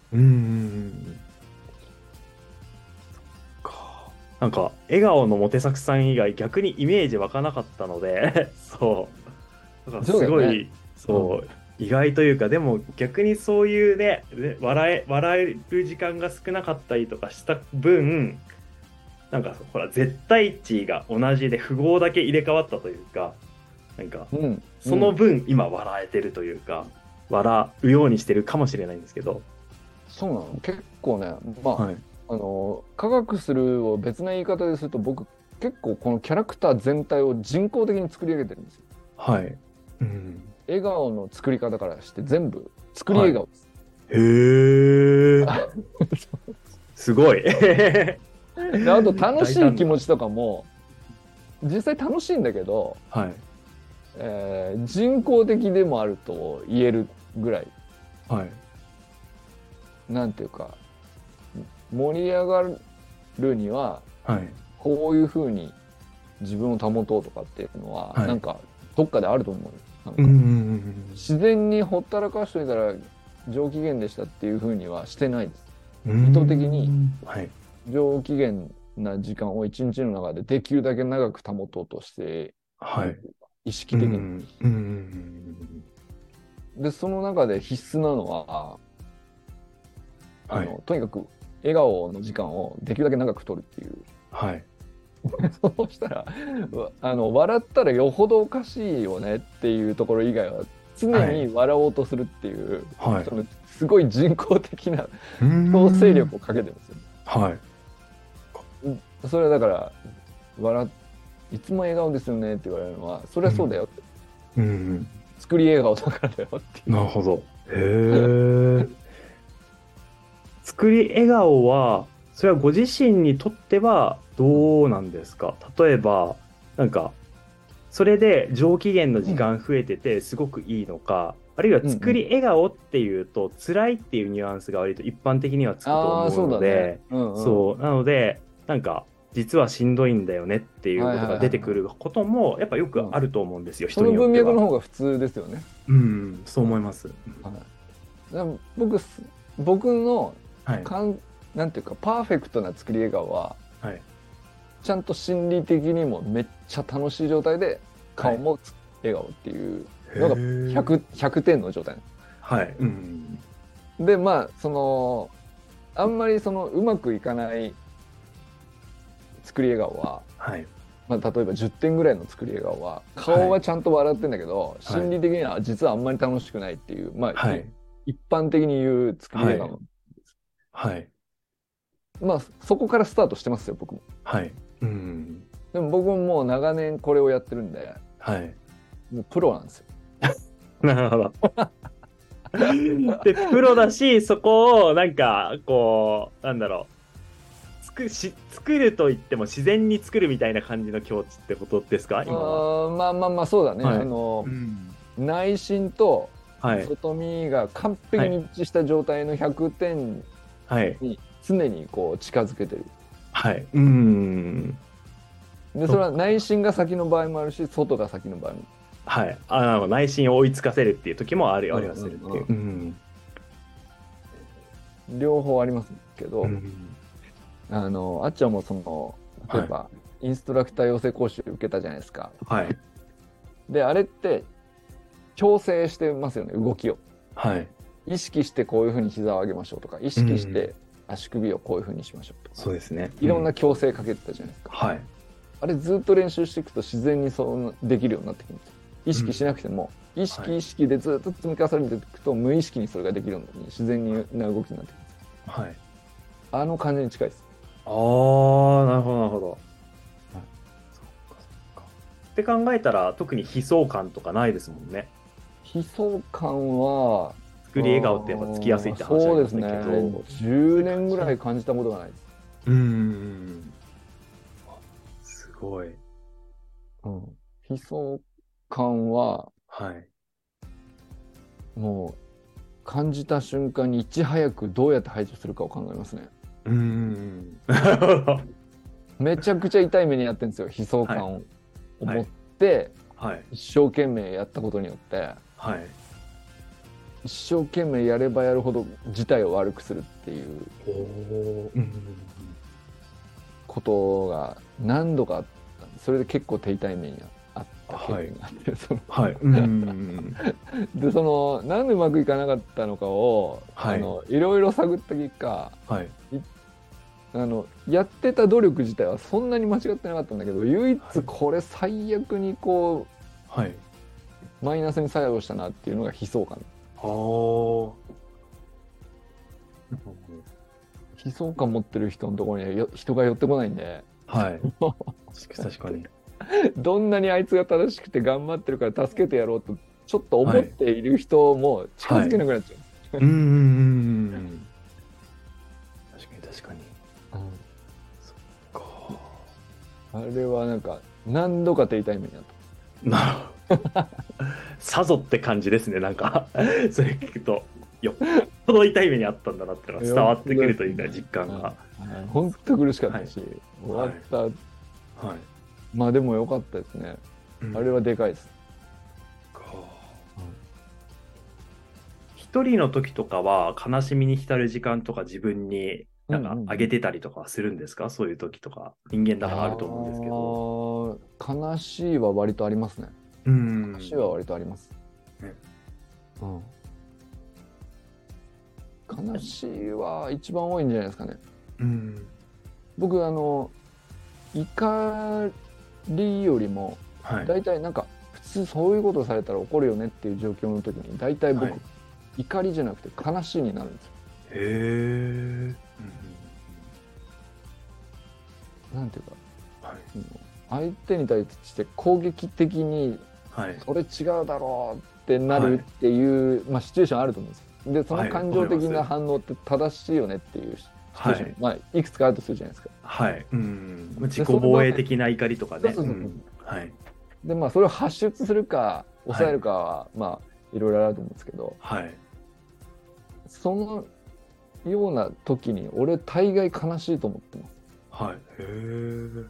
なんか笑顔のモテ作さん以外逆にイメージ湧かなかったのでそう。すごいそう、意外というか、でも逆にそういうね、笑える時間が少なかったりとかした分、なんかほら、絶対値が同じで符号だけ入れ替わったというか、なんか、 うん。 その分今笑えてるというか、笑うようにしてるかもしれないんですけど。 そうなの。結構ね、まはい。 あ、科学するを別な言い方ですると、僕、結構このキャラクター全体を人工的に作り上げてるんですよ。 はい。うん。 笑顔の作り方からして全部作りはい。 笑顔です。 へえ。すごい。 で、あと楽しい大胆な。 気持ちとかも、実際楽しいんだけど、 はい。 人工的でもあると言えるぐらい、 はい。 なんていうか、盛り上がるには、 はい。 こういうふうに自分を保とうとかっていうのは、 はい。 なんか、どっかであると思う。なんうん。 か、 うん自然にほったらかしといたら上機嫌でしたっていうふうにはしてないです。 う意図的にん。はい。 上機嫌な時間を一日の中でできるだけ長く保とうとしていはい。 るというか、意識う的に。 ん。うん。 で、その中で必須なのは、 はい。 とにかく笑顔の時間をできるだけ長く取るっていう。 はい。 そうしたら、笑ったらよほどおかしいよねっていうところ以外は、常はい。 に笑おうとするっていう、 はい。 そのすごい人工的なう強制ん。 力をかけてるんですよ。 はい。 それはだから、いつも笑顔ですよねって言われるのは、それうん。 はそうだよって。 うん。 作り笑顔だからだよっていう。 なるほど。へえ。作り笑顔は、それはご自身にとってはどうなんですか？例えば、なんか、それで上機嫌の時間増えててすごくいいのか、あるいはうんうん。 作り笑顔っていうと辛いっていうニュアンスが割と一般的にはつくとああ、 思うそうだね。 ので、 うんうん。 そう、なので、なんか、実はしんどいんだよねっていうことがはいはいはいは出てくることもやっぱよい。うん。 くあると思うんですよ、人その文によっては。 脈の方が普通ですよね。 うん、そううん。 思います。 はい。でも僕の、 はい、 かん、なんていうか、パーフェクトな作り笑顔は、 はい、 ちゃんと心理的にもめっちゃ楽しい状態で、 はい。 顔も笑顔っていうへのがえ。 100点の状態。 はい、うん、 で、まあ、あんまりうまくいかない作り笑顔は、 はい、 まあ、例えば10点ぐらいの作り笑顔は、 はい、 顔はちゃんと笑ってんだけど、 はい、 心理的には実はあんまり楽しくないっていう、まあ、 はい、 一般的に言う作りはい、 笑顔。 はい、 まあ、そこからスタートしてますよ、僕も。 はい、うん、 でも僕ももう長年これをやってるんで、 はい。 もうプロなんですよ。 なるほど。で、プロだし、そこを、なんか、こう、なんだろう、作ると言っても自然に作るみたいな感じの境地ってことですか、今は？ まあまあまあ、そうだね。 はい。うん。 内心とはい。 外見が完はい。 璧に一致した状態の100点はい。 に常にこう近づけてる。 はい。うん。 で、それはそっか。 内心が先の場合もあるし、外が先の場合も。 はい。内心を追いつかせるっていう時もありはうんうするっていう。 んうん。 うん。両方ありますけうど、 ん。 あっちゃんも例えはい。 ば、インストラクター養成講習受けたじゃないですか。 はい。 で、あれって、強制してますよね、動きを。 はい。 意識してこういうふうに膝を上げましょうとか、意うん。 識して足首をこういうふうにしましょうとか、 そうですね。 いろんなうん。 強制かけてたじゃないですか。 はい。 あれずっと練習していくと自然にそうできるようになってくるんですよ。意識しうん。 なくても、意はい。 識意識でずっと積み重ねていくと、無意識にそれができるように自然な動きになってくるんですよ。 はい。 あの感じに近いです。 ああ、なるほど、なるほど。そっか、そっか。って考えたら、特に悲壮感とかないですもんね。 悲壮感は、 作り笑顔ってやっぱつきやすいって話あそうですね。 りましたけど、 10 そういう感年ぐらいじなんだ。 感じたことがないです。 うーん。あ、すごい。 うん。悲壮感は、 はい。 もう感じた瞬間にいち早くどうやって排除するかを考えますね。 うーん。なるほど。 めちゃくちゃ痛い目にやってるんですよ。悲壮はい。 感を持っはい。 て、 はい。 一生懸命やったことによって、 はい。 一生懸命やればやるほど事態を悪くするっていうおー。うん。 ことが何度かあった。それで結構手痛い目にあっった経験があって、 はい。うん。 で、なんでうまくいかなかったのかを、 はい。 いろいろ探った結果、 はい。 やってた努力自体はそんなに間違ってなかったんだけど、唯一これ最悪にこはい。 う、マイナスに作用したなっていうのが悲壮感。 ああ。 悲壮感持ってる人のところには人が寄ってこないんで、 はい。確かに。 どんなにあいつが正しくて頑張ってるから助けてやろうと、ちょっと思っている人も近づけなくなっちゃう。 うんうんうんうん。確かに確かに。そっか。 あれはなんか何度か手痛い目にあっなるほど。さぞって感じですね、なんか。それ聞くと、よっぽど痛い目にあったんだなってのが伝わってくるというか、実感が。 本当苦しかったし、終わった。 はい。 まあでも良かったですね。あれはでかいです。 一人の時とかは悲しみに浸る時間とか自分になんかあげてたりとかするんですか？そういう時とか。人間だからあると思うんですけど。 悲しいは割とありますね。悲しいは割とあります。悲しいは一番多いんじゃないですかね。僕怒りよりも大体なんか普通そういうことされたら怒るよねっていう状況の時に大体僕、怒りじゃなくて悲しいになるんですよ。 へえ。なんていうか、相手に対して攻撃的に、それ違うだろうってなるっていう、シチュエーションあると思うんですよ。で、その感情的な反応って正しいよねっていうシチュエーション、いくつかあるとするじゃないですか。 はい。自己防衛的な怒りとかね。はい。 で、それを発出するか、抑えるかは、いろいろあると思うんですけど、 はい。 そのような時に、俺大概悲しいと思ってます。 はい。へえ。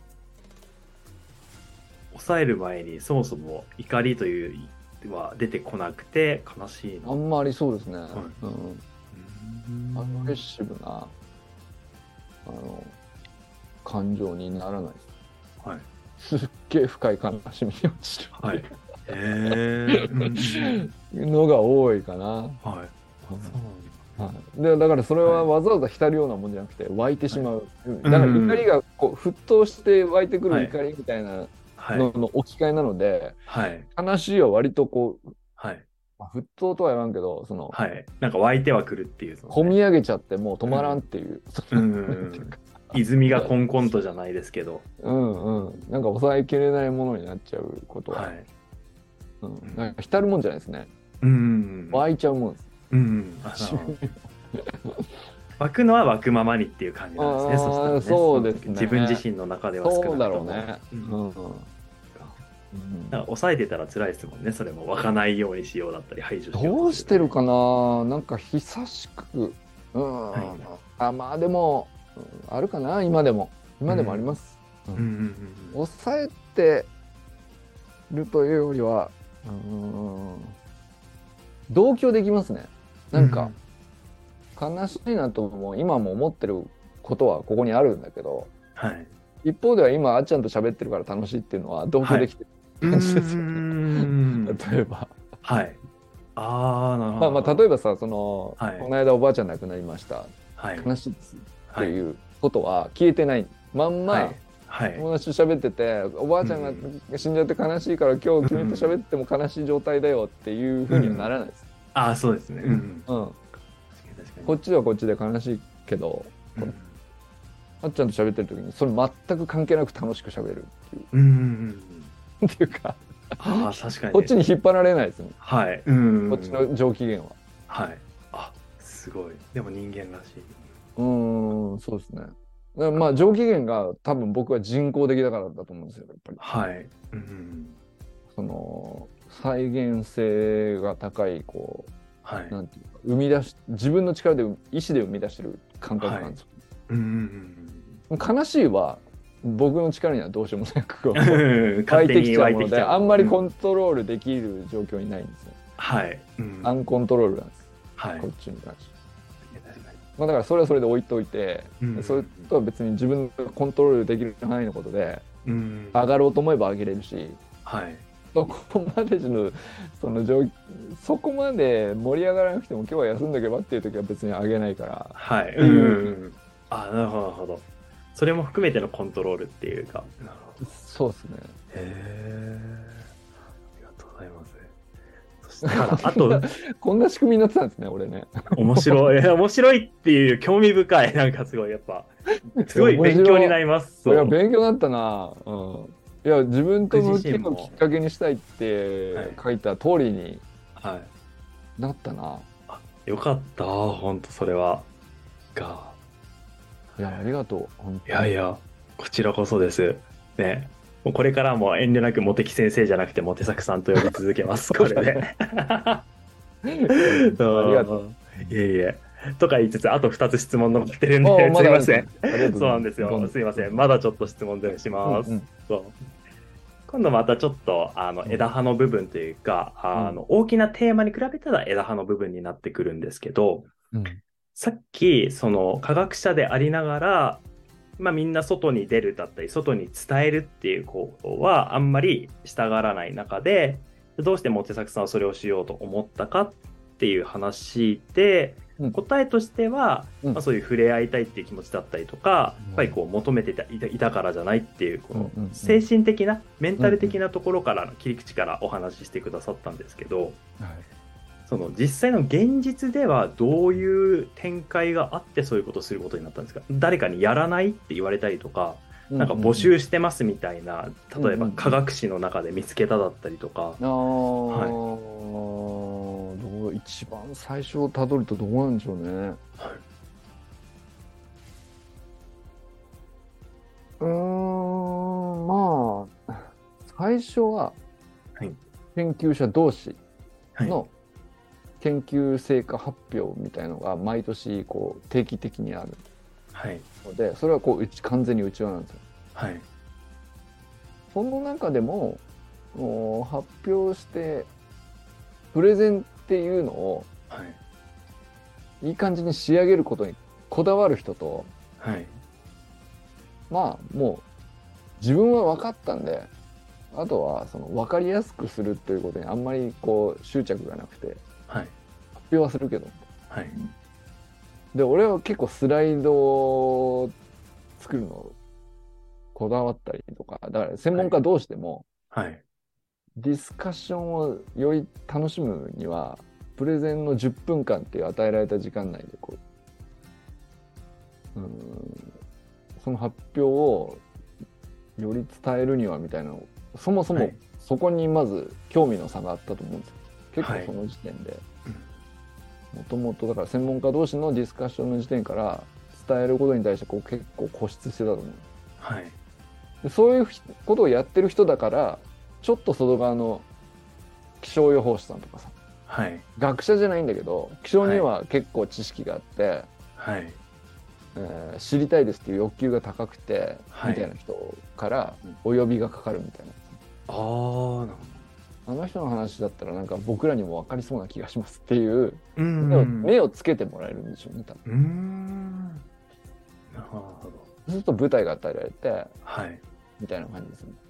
抑える前にそもそも怒りというは出てこなくて悲しいあんまりそうですね。アグレッシブな感情にならないです。はい。すっげえ深い悲しみに落ちる。はい。のが多いかな。はい。はい、でだからそれはわざわざ浸るようなもんじゃなくて湧いてしまう、だから怒りがこう沸騰して湧いてくる怒りみたいなの置き換えなので、悲しいは割とこう、沸騰とは言わんけどなんか湧いてはくるっていう、 込み上げちゃってもう止まらんっていう、 泉がコンコンとじゃないですけど、 なんか抑えきれないものになっちゃうことは、なんか浸るもんじゃないですね。湧いちゃうもんです。 湧くのは湧くままにっていう感じなんですね。 そうですね。 自分自身の中では少なくとも。 そうだろうね。 抑えてたら辛いですもんね。それも湧かないようにしようだったり排除しよう。 どうしてるかな。なんか久しく、でもあるかな。今でもあります。抑えてるというよりは、同居できますね。なんか、悲しいなとも今も思ってることはここにあるんだけど、一方では今あっちゃんと喋ってるから楽しいっていうのは同居できてる感じですよね。例えば。はい。なるほど。例えばさ、この間おばあちゃん亡くなりました。悲しいですっていうことは消えてない。まんま、友達と喋ってて、おばあちゃんが死んじゃって悲しいから今日君と喋っても悲しい状態だよっていうふうにはならないです。 そうですね。 こっちはこっちで悲しいけど、あっちゃんと喋ってる時にそれ全く関係なく楽しく喋るっていう。っていうか、確かにこっちに引っ張られないですね。はい。こっちの上機嫌は。はい。 すごい。でも人間らしい。 そうですね。上機嫌が多分僕は人工的だからだと思うんですよ、やっぱり。はい。再現性が高いなんていうか生み出し自分の力で意思で生み出してる感覚なんですよ。悲しいは僕の力にはどうしようもなく湧いてきちゃうもので、あんまりコントロールできる状況にないんですよ。はい。アンコントロールなんです。こっちに関して。だからそれはそれで置いといて、それとは別に自分がコントロールできる範囲のことで、上がろうと思えば上げれるし、 そこまでの、その状、そこまで盛り上がらなくても今日は休んどけばっていう時は別にあげないからはい。 っていう。 あ、なるほど、なるほど。それも含めてのコントロールっていうか。なるほど。 そうですね。 へえ。ありがとうございます。そしたら、あと、 こんな仕組みになってたんですね、俺ね。 面白い、面白いっていう興味深い、なんかすごい、やっぱ、 いや、 すごい面白い。 勉強になります。 いや、 そう。 勉強になったな。うん。いや、自分と僕向き合うき自身も、 っかけにしたいっはい。 て書いた通りにはい。 なったな。 あ、よかった。本当それは。が。 いや、ありがとう。本当に。 いやいや、こちらこそです。ね。もうこれからも遠慮なくモテキ先生じゃなくてモテ作さんと呼び続けます。これで。 ありがとう。 うんいえいえ。とか言いつつ、あと2つ質問残ってるんああ、 で、すまだあるんですね。 いません。 ありがとうごそうざいます。 なんですよ。 どんどん。 すいません。 どうぞ。 まだちょっと質問でします。 うんうん。 そう。今度またちょっと、 うん枝葉の部分というか、 うん。 大きなテーマに比べたら枝葉の部分になってくるんですけど、 うん。 さっき、その科学者でありながら、まあ、みんな外に出るだったり、外に伝えるっていう行動はあんまりしたがらない中で、どうしてモテ作さんはそれをしようと思ったかっていう話で、 うん。 答えとしては、 うん。 まあ、そういう触れ合いたいっていう気持ちだったりとか、やっぱりうん。 こう求めていたからじゃないっていう、こうん。 のうん。 精神的な、メンうん。 タル的なところからの切り口からお話ししてくださったんですけど、 はい。 その実際の現実ではどういう展開があってそういうことをすることになったんですか？誰かにやらないって言われたりとか、 うんなんか募うんうん。 集してますみたいな、 うん例えばうんうん。 科学誌の中で見つけただったりとか、 ああ、 はい。 一番最初をたどるとどうなんでしょうね。 はい。 まあ、最初ははい。 研究者同士はい。 の研究成果発表みたいのが毎年こう定期的にあるはい。 ので、それはこう完全に内輪なんですよ。 はい。 その中でも発表してプレゼンっていうのをはい。 いい感じに仕上げることにこだわる人と、 はい。 まあもう自分は分かったんで、あとはその分かりやすくするということにあんまりこう執着がなくて、 はい。 発表はするけど。 はい。 で、俺は結構スライドを作るのこだわったりとか、だから専はい。 門家同士でもはい。 ディスカッションをより楽しむには、プレゼンの10分間っていう与えられた時間内でその発表をより伝えるにはみたいなの、そもそもはい。 そこにまず興味の差があったと思うんですよ。結はい。 構その時点で、もともとだから専門家同士のディスカッションの時点から伝えることに対してこう結構固執してたと思う。 はい。 でそういうことをやってる人だから、ちょっと外側の気象予報士さんとかさ、 はい。 学者じゃないんだけど、気象にはい。 は結構知識があって、 はい。 知りたいですっていう欲求が高くて、みたいはい。 な人からお呼びがかかるみたいな。 ああ、なるほあの人の話だったらなんか僕らにも分かりそうな気がしますっていうど。うーん。 目をつけてもらえるんでしょうね、多分。 うーん。なるほど。 そうすると舞台が与えられて、 はい。 みたいな感じですね。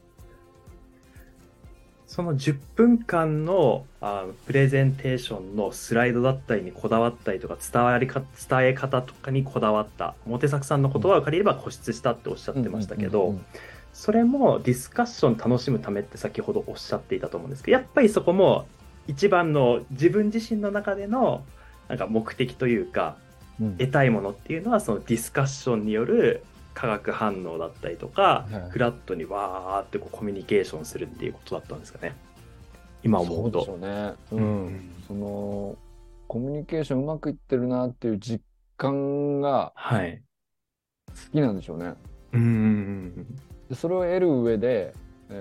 その10分間の、プレゼンテーションのスライドだったりにこだわったりとか伝え方とかにこだわったモテ作さんの言葉を借りれば固執したっておっしゃってましたけど、それもディスカッション楽しむためって先ほどおっしゃっていたと思うんですけど、やっぱりそこも一番の自分自身の中でのなんか目的というかうん。 得たいものっていうのはそのディスカッションによる化学反応だったりとか、 はい。 フラットにわーってこうコミュニケーションするっていうことだったんですかね。今思そうでしうと。 ょうね。ううん。 ん。 その、コミュニケーションうまくいってるなっていう実感がはい。 好きなんでしょうね。 うん。 でそれを得る上で、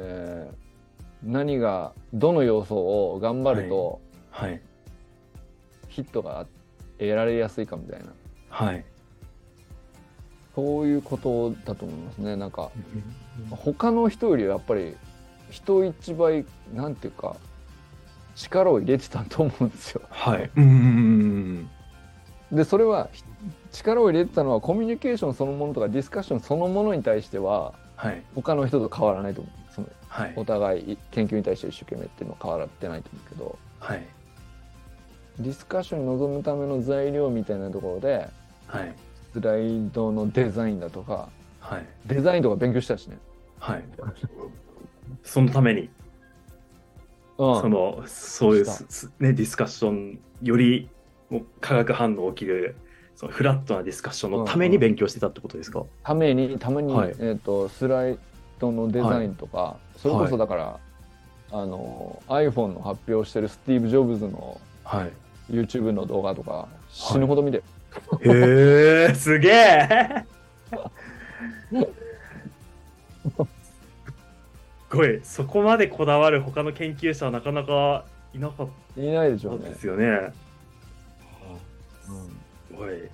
どの要素を頑張はい。 るとはい。 ヒットが得られやすいかみたいな、 はい。 そういうことだと思いますね。なんか、 うん他の人よりやっぱり人一倍、なんていうか、力を入れてたと思うんですよ。 はい。うん。 で、それは、力を入れてたのはコミュニケーションそのものとかディスカッションそのものに対しては、 はい。 他の人と変わらないと思う。そのはい。 お互い研究に対して一生懸命っていうのは変わってないと思うけど、 はい。 ディスカッションに臨むための材料みたいなところで、 はい。 スライドのデザインだとか、 はい。 デザインとか勉強したしね。 はい。そのために、 うん。 そういうした。 ね、ディスカッション、よりもう化学反応起きる、そのフラットなディスカッションのためにうんうん。 勉強してたってことですか？ たまに、 はい。 スライドのデザイはい。 ンとか、それこはい。 そだから、iPhone の発表してるスティーブ・ジョブズのはい。 YouTube の動画とか死はい。 ぬほど見てる。 へえ、すげえ。すごい。そこまでこだわる他の研究者はなかなかいなかっいないでしょたうね。 ですよね。 うん、 すごい。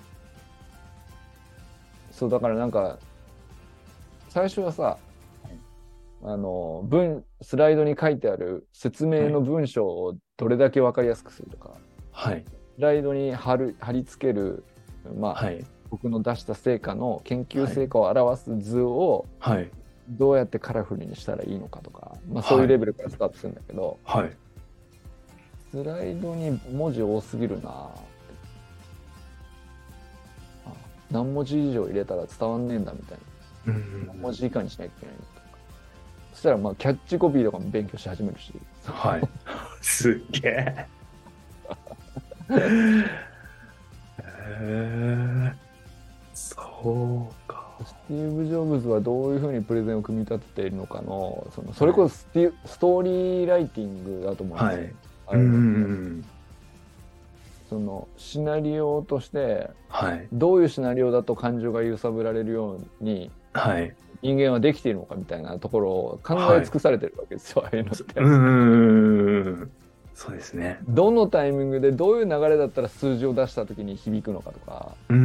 そう、だからなんか、最初はさ、スライドに書いてある説はい。 明の文章をどれだけわかりやすくするとか、 はい。 スライドに貼り付ける、まあ、 はい。 僕の出した成果の研究はい。 成果を表す図をはい。 どうやってカラフルにしたらいいのかとか、まあ、そういうはい。 レベルからスタートするんだけど、 はい。 スライドに文字多すぎるなぁ。何文字以上入れたら伝わんねえんだみたいうんうんうな。何文ん。 字以下にしなきゃいけないんだとか。そしたらまあキャッチコピーとかも勉強し始めるし。 はい。すっげえ。へえ。そうか。 スティーブ・ジョブズはどういうふうにプレゼンを組み立てているのかの、それはい。 こそストーリーライティングだと思うんですよ。 はい。うんうんああいうのって。 うん。 シナリオとして、 はい。 どういうシナリオだと感情が揺さぶられるようにはい。 人間はできているのかみたいなところを考えはい。 尽くされてるわけですよ、ああいうのって。 うんうんうんうん。そうですね。 どのタイミングでどういう流れだったら数字を出した時に響くのかとか、 うん。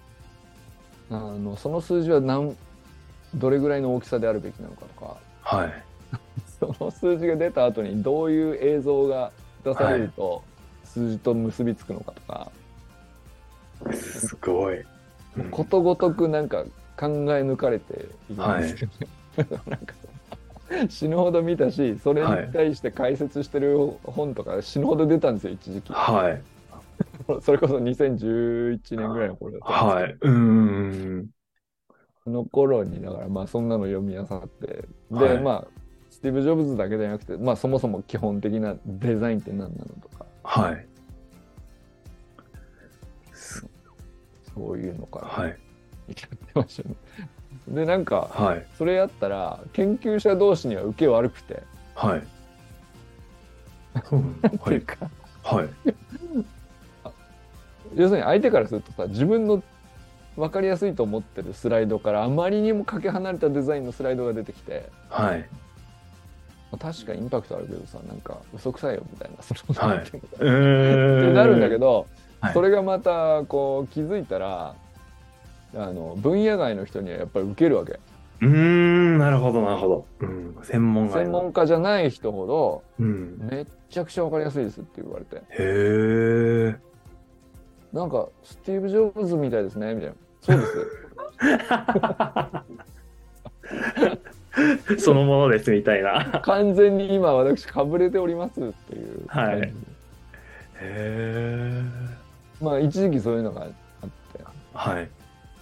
その数字はどれぐらいの大きさであるべきなのかとか、 はい。 その数字が出た後にどういう映像が出されはい。 ると数字と結びつくのかとか、 すごい。うもうこん。 とごとくなんか考え抜かれているんはい。 ですけど、なんか死ぬほど見たし、それにはい。 対して解説してる本とか死ぬほど出たんですよ、一時期。 はい。 それこそ2011年ぐらいの頃だと思うんですけど、 はい。うん。 その頃に、だからまあそんなの読み漁って、で、 はい。 まあ、スティーブ・ジョブズだけじゃなくて、まあそもそも基本的なデザインって何なのとか、 はい。 そういうのからはい。 やってましたね。で、なんか、 はい。 それやったら、研究者同士には受け悪くて、 はい。そうなの。 なんてはい。 いうか、 はい。 要するに相手からするとさ、自分の分かりやすいと思ってるスライドからあまりにもかけ離れたデザインのスライドが出てきて、 はい。 まあ確かにインパクトあるけどさ、なんか嘘くさいよみたいな、なはい。 んていうのかうってなるんだけーん。 ど、 はい。 それがまたこう気づいたら、分野外の人にはやっぱり受けるわけ。 うーん。なるほど、なるほど。うん。専門外の。 専門家じゃない人ほど、 うん。 めっちゃくちゃ分かりやすいですって言われて。 へえ。 なんか、スティーブ・ジョブズみたいですね、みたいな。そうです。 そのものですみたいな。 完全に今私かぶれておりますっていうはい。 感じ。 へえ。 まあ一時期そういうのがあって。 はい。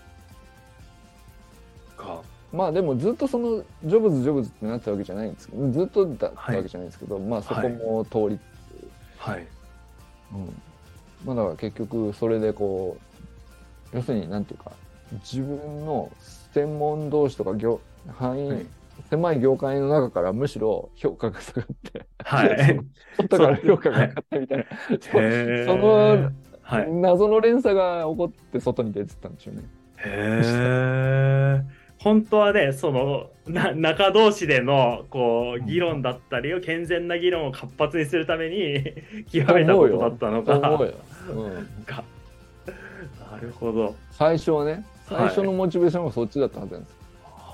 か。 まあでもずっとジョブズってなってたわけじゃないんですけど、ずっとだったわけはい。 じゃないんですけど、まあそこはい。 も通り、 はい。 うん。まあだから結局それでこう、要するになんていうか、自分の専門同士とか範囲、 はい。 狭い業界の中からむしろ評価が下がって、 はそのい。 外からそう。 評価が上はい。 がったみたいな、 へそのえ。はい。 謎の連鎖が起こって外に出てたんでしょうね。 へえ。本当はね、仲同士での、こう、議論だったりを、健全な議論を活発にするために極とめた思うよ。 ことだったのか、 と思うよ。うん。 か。なるほど。 最初はね、最はい。 初のモチベーションがそっちだったはずなんです。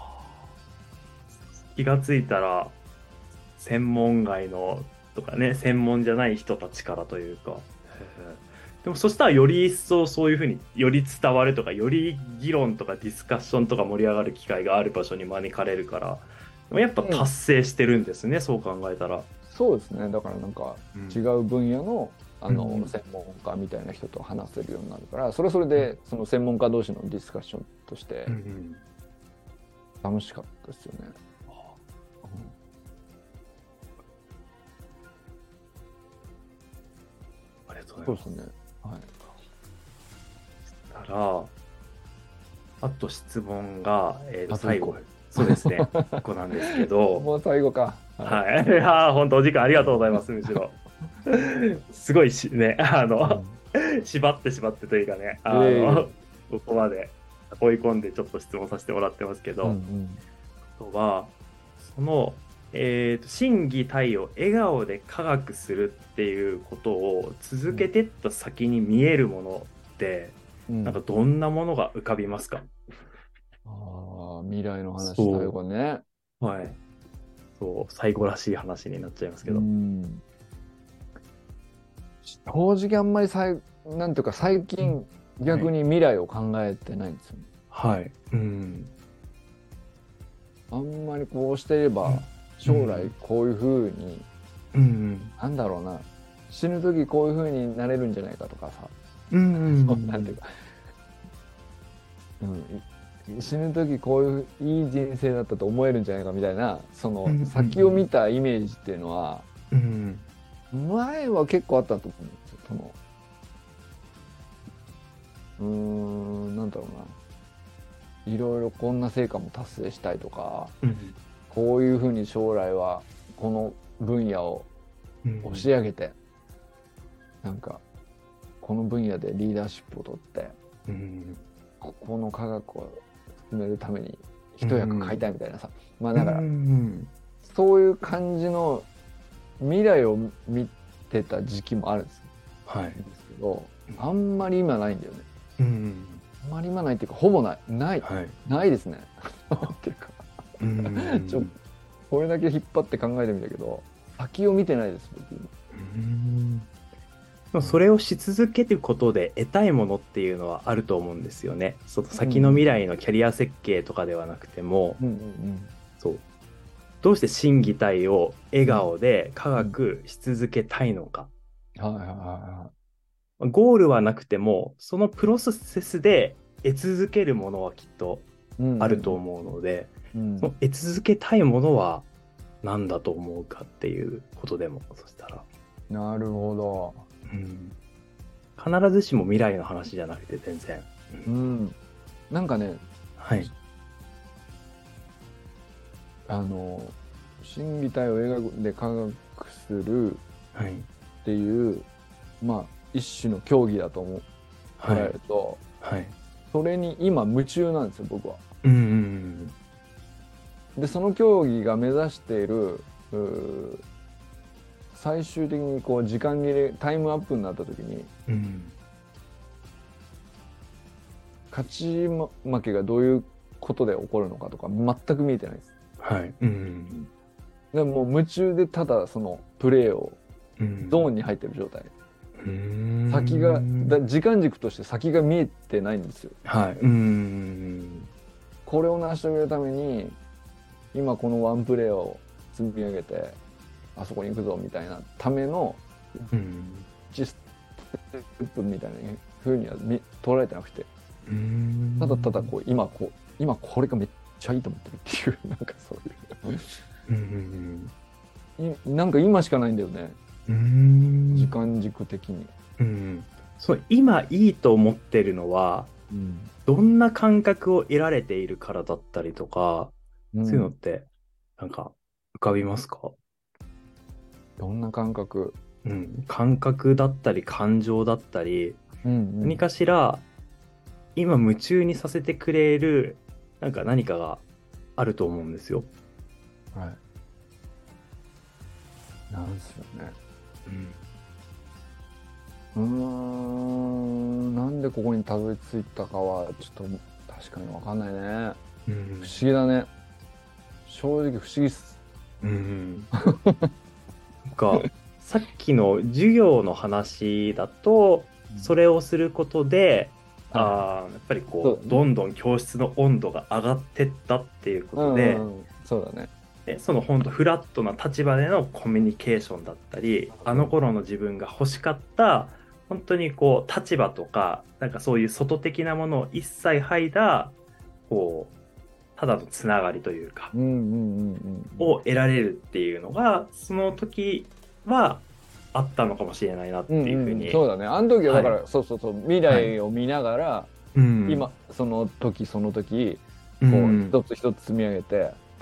気がついたら、専門外のとかね、専門じゃない人たちからというか。へえ。でもそしたらより一層そういうふうにより伝わるとか、より議論とかディスカッションとか盛り上がる機会がある場所に招かれるから、 やっぱうん、 達成してるんですね、そう考えたら。 そうですね。だからなんか違うん。 う分野の、 うん専門家みたいな人と話せるようになるから、それはそれうんでその専門家同士のディスカッションとしてうん。 楽しかったですよね。うん、 ありがとうございます。 そうですね。はい。 たら、あと質問が、 あと一個。 最後、そうですね、1個なんですけど、 もう最後か。はい。 はい。いやー、本当お時間ありがとうございます、むしろ。すごいね、 うん。 縛って縛ってというかね、 いえいえ。 ここまで追い込んでちょっと質問させてもらってますけうんうど、 ん。 あとは、その、心技体を笑顔で科学するっていうことを続けうん。 てった先に見えるものって、 うん。 なんかどんなものが浮かびますか？ ああ、未来の話、最そ後ね。 う。はい。そう、最後らしい話になっちゃいますうけど。 ん。正直あんまりなんていうか最近はい。 逆に未来を考えてないんですよね。 はい。うん。 あんまりこうしていればうん。う将来ん。 こういうふうに、 うん。 なんだろうな、死ぬ時こういうふうになれるんじゃないかとかさ、 うそうなんていうん。 か、うん、死ぬ時こういういい人生だったと思えるんじゃないかみたいな、そうん。 のうん。う先を見ん。 たイメージっていうのは、 うん。 前は結構あったと思うんですよ。なんだろうな。いろいろこんな成果も達成したいとか、 うん。 こういうふうに将来はこの分野を押しうん。 上げて、なんかこの分野でリーダーシップを取って、 うん。 ここの科学を進めるためにう一役買いたん。 いみたいなさ。まあうだから、 ん。 そういう感じの未来を見てた時期もあるんですはい。 けど、あんまり今ないんだよね。 うん。 あんまり今ないっていうか、ほぼない。 はい。 ないですね。 あ、 っていうか、 うちょ、 ん。 これだけ引っ張って考えてみたけど、先を見てないです、僕今。 うん。でもうんそれをし続けることで得たいものっていうのはあると思うんですよね。そのうんう先の未ん来のキャリア設計とかではなくても、 うんうんそう。どうして心技体を笑うん顔で科うん。 学し続けたいのか。 はいはいはゴールはなくても、そのプロセスで得続けるものはきっとい。うんあうんると思うので、 うん。うん。 その得続けたいものは何だと思うかっていうことでも、そしたら、 なるほど。 うん、必ずしも未来の話じゃなくて全然。うん、 うん。なんかね、 はい。 あの、心技体を映画で科学するっはい。 ていう、まあ、一種の競技だと捉えはい。 ると、 はい。 それに今夢中なんですよ、僕は。 うん。 で、その競技が目指している、うー最終的にこう時間切れ、タイムアップになった時に、 うん。 勝ち負けがどういうことで起こるのかとか全く見えてないです。 はい。うん。 でももう夢中でただそのプレーをうん。 ゾーンに入ってる状態。 うん。 時間軸として先が見えてないんですよ。 はい。うん。 これを成し遂げるために、今このワンプレーを積み上げて、あそこに行くぞみたいなためのうん。 1ステップみたいな風には捉えてなくて、 うん。 ただただ今これがめっちゃいいと思ってるっていう、なんかそういう。 うん。 なんか今しかないんだよね。 うん。 時間軸的に。 うん。そう、今いいと思ってるのは、 うん。 どんな感覚を得られているからだったりとか、そういうのっうん。 て、なんか、浮かびますか？ どんな感覚？ うん。感覚だったり、感情だったり、 うんうん。 何かしら、今夢中にさせてくれる、なんか何かがあると思うんですよ。 はい。なんですよね。 うん。 なんでここにたどり着いたかは、ちょっと確かにわかんないね。不うん。 思議だね。正直不思議っす。 うん。なんか、さっきの授業の話だと、 うん。 それをすることで、 はいはい。 やっぱりこう、 そうだね。 どんどん教室の温度が上がってったっていうこうとで、 んうんうん。そうだね。 で、その本当フラットな立場でのコミュニケーションだったり、あの頃の自分が欲しかった、本当にこう、立場とか、なんかそういう外的なものを一切剥いだ、こう、ただのつながりというか、 うんうんうんうんを得られるっていうのが、その時はあったのかもしれないなっていうふうに。 そうだね。あの時はだから、 はい。 そうそうそう、未来を見ながら、 うん。 今、その時その時、 うこう、 ん。 一つ一つ積み上げて、 うん。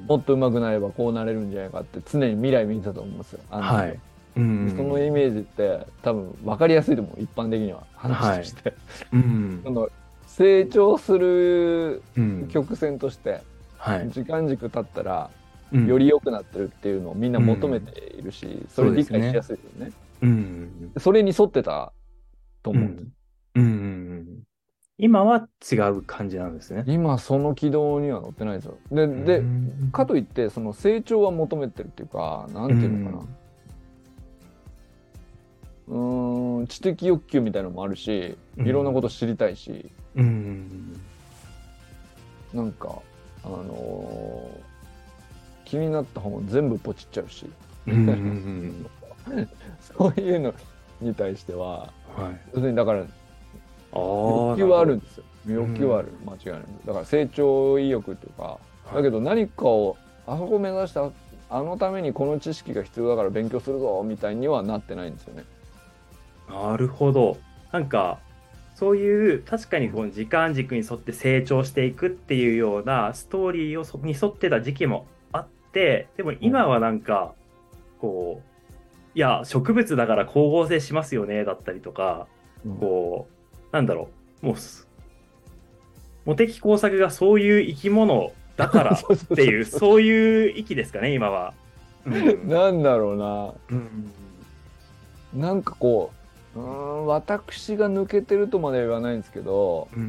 もっと上手くなればこうなれるんじゃないかって常に未来見てたと思うんですよ、あの時は。 はい。うでそのイん。 メージって多分分かりやすいと思う、一般的には。話はい。 として。 うん。 その成長するうん。 曲線として、 はい。 時間軸経ったら、 うん。 より良くなってるっていうのをみんなう求めん。 ているし、それそうで理解しやすね。 すいですよね。 うん。 それに沿ってたと思うんです。 うん。うん。今は違う感じなんですね。 今その軌道には乗ってないですよ。で、 うで、かん。 といってその成長は求めてるっていうか、なうんていうのかな。 ん。 知的欲求みたいなのもあるし、いろんなこと知りたいし、 うん。 なんか、あのー気になった本を全部ポチっちゃうし、 うん。 そういうのに対しては、 はい。 要するにだから欲ああ、 求なるほど。 はあるんですよ。 う欲求はある。 ん。 間違いない。だから成長意欲っていうか、だはい。 けど何かを、あそこ目指した、あのためにこの知識が必要だから勉強するぞ、みたいにはなってないんですよね。 なるほど。なんか、そういう、確かにこの時間軸に沿って成長していくっていうようなストーリーに沿ってた時期もあって、でも今はなんか、こう、いや、植物だから光合成しますよね、だったりとか、 うん。 こう、なんだろう、もうモテキ工作がそういう生き物だからそうそうっていう、 そうそう。 そういう域ですかね、今は。うん。 なんだろうな。 うん。 なんかこう、私が抜けてるとまでは言わないんですけど、 うん。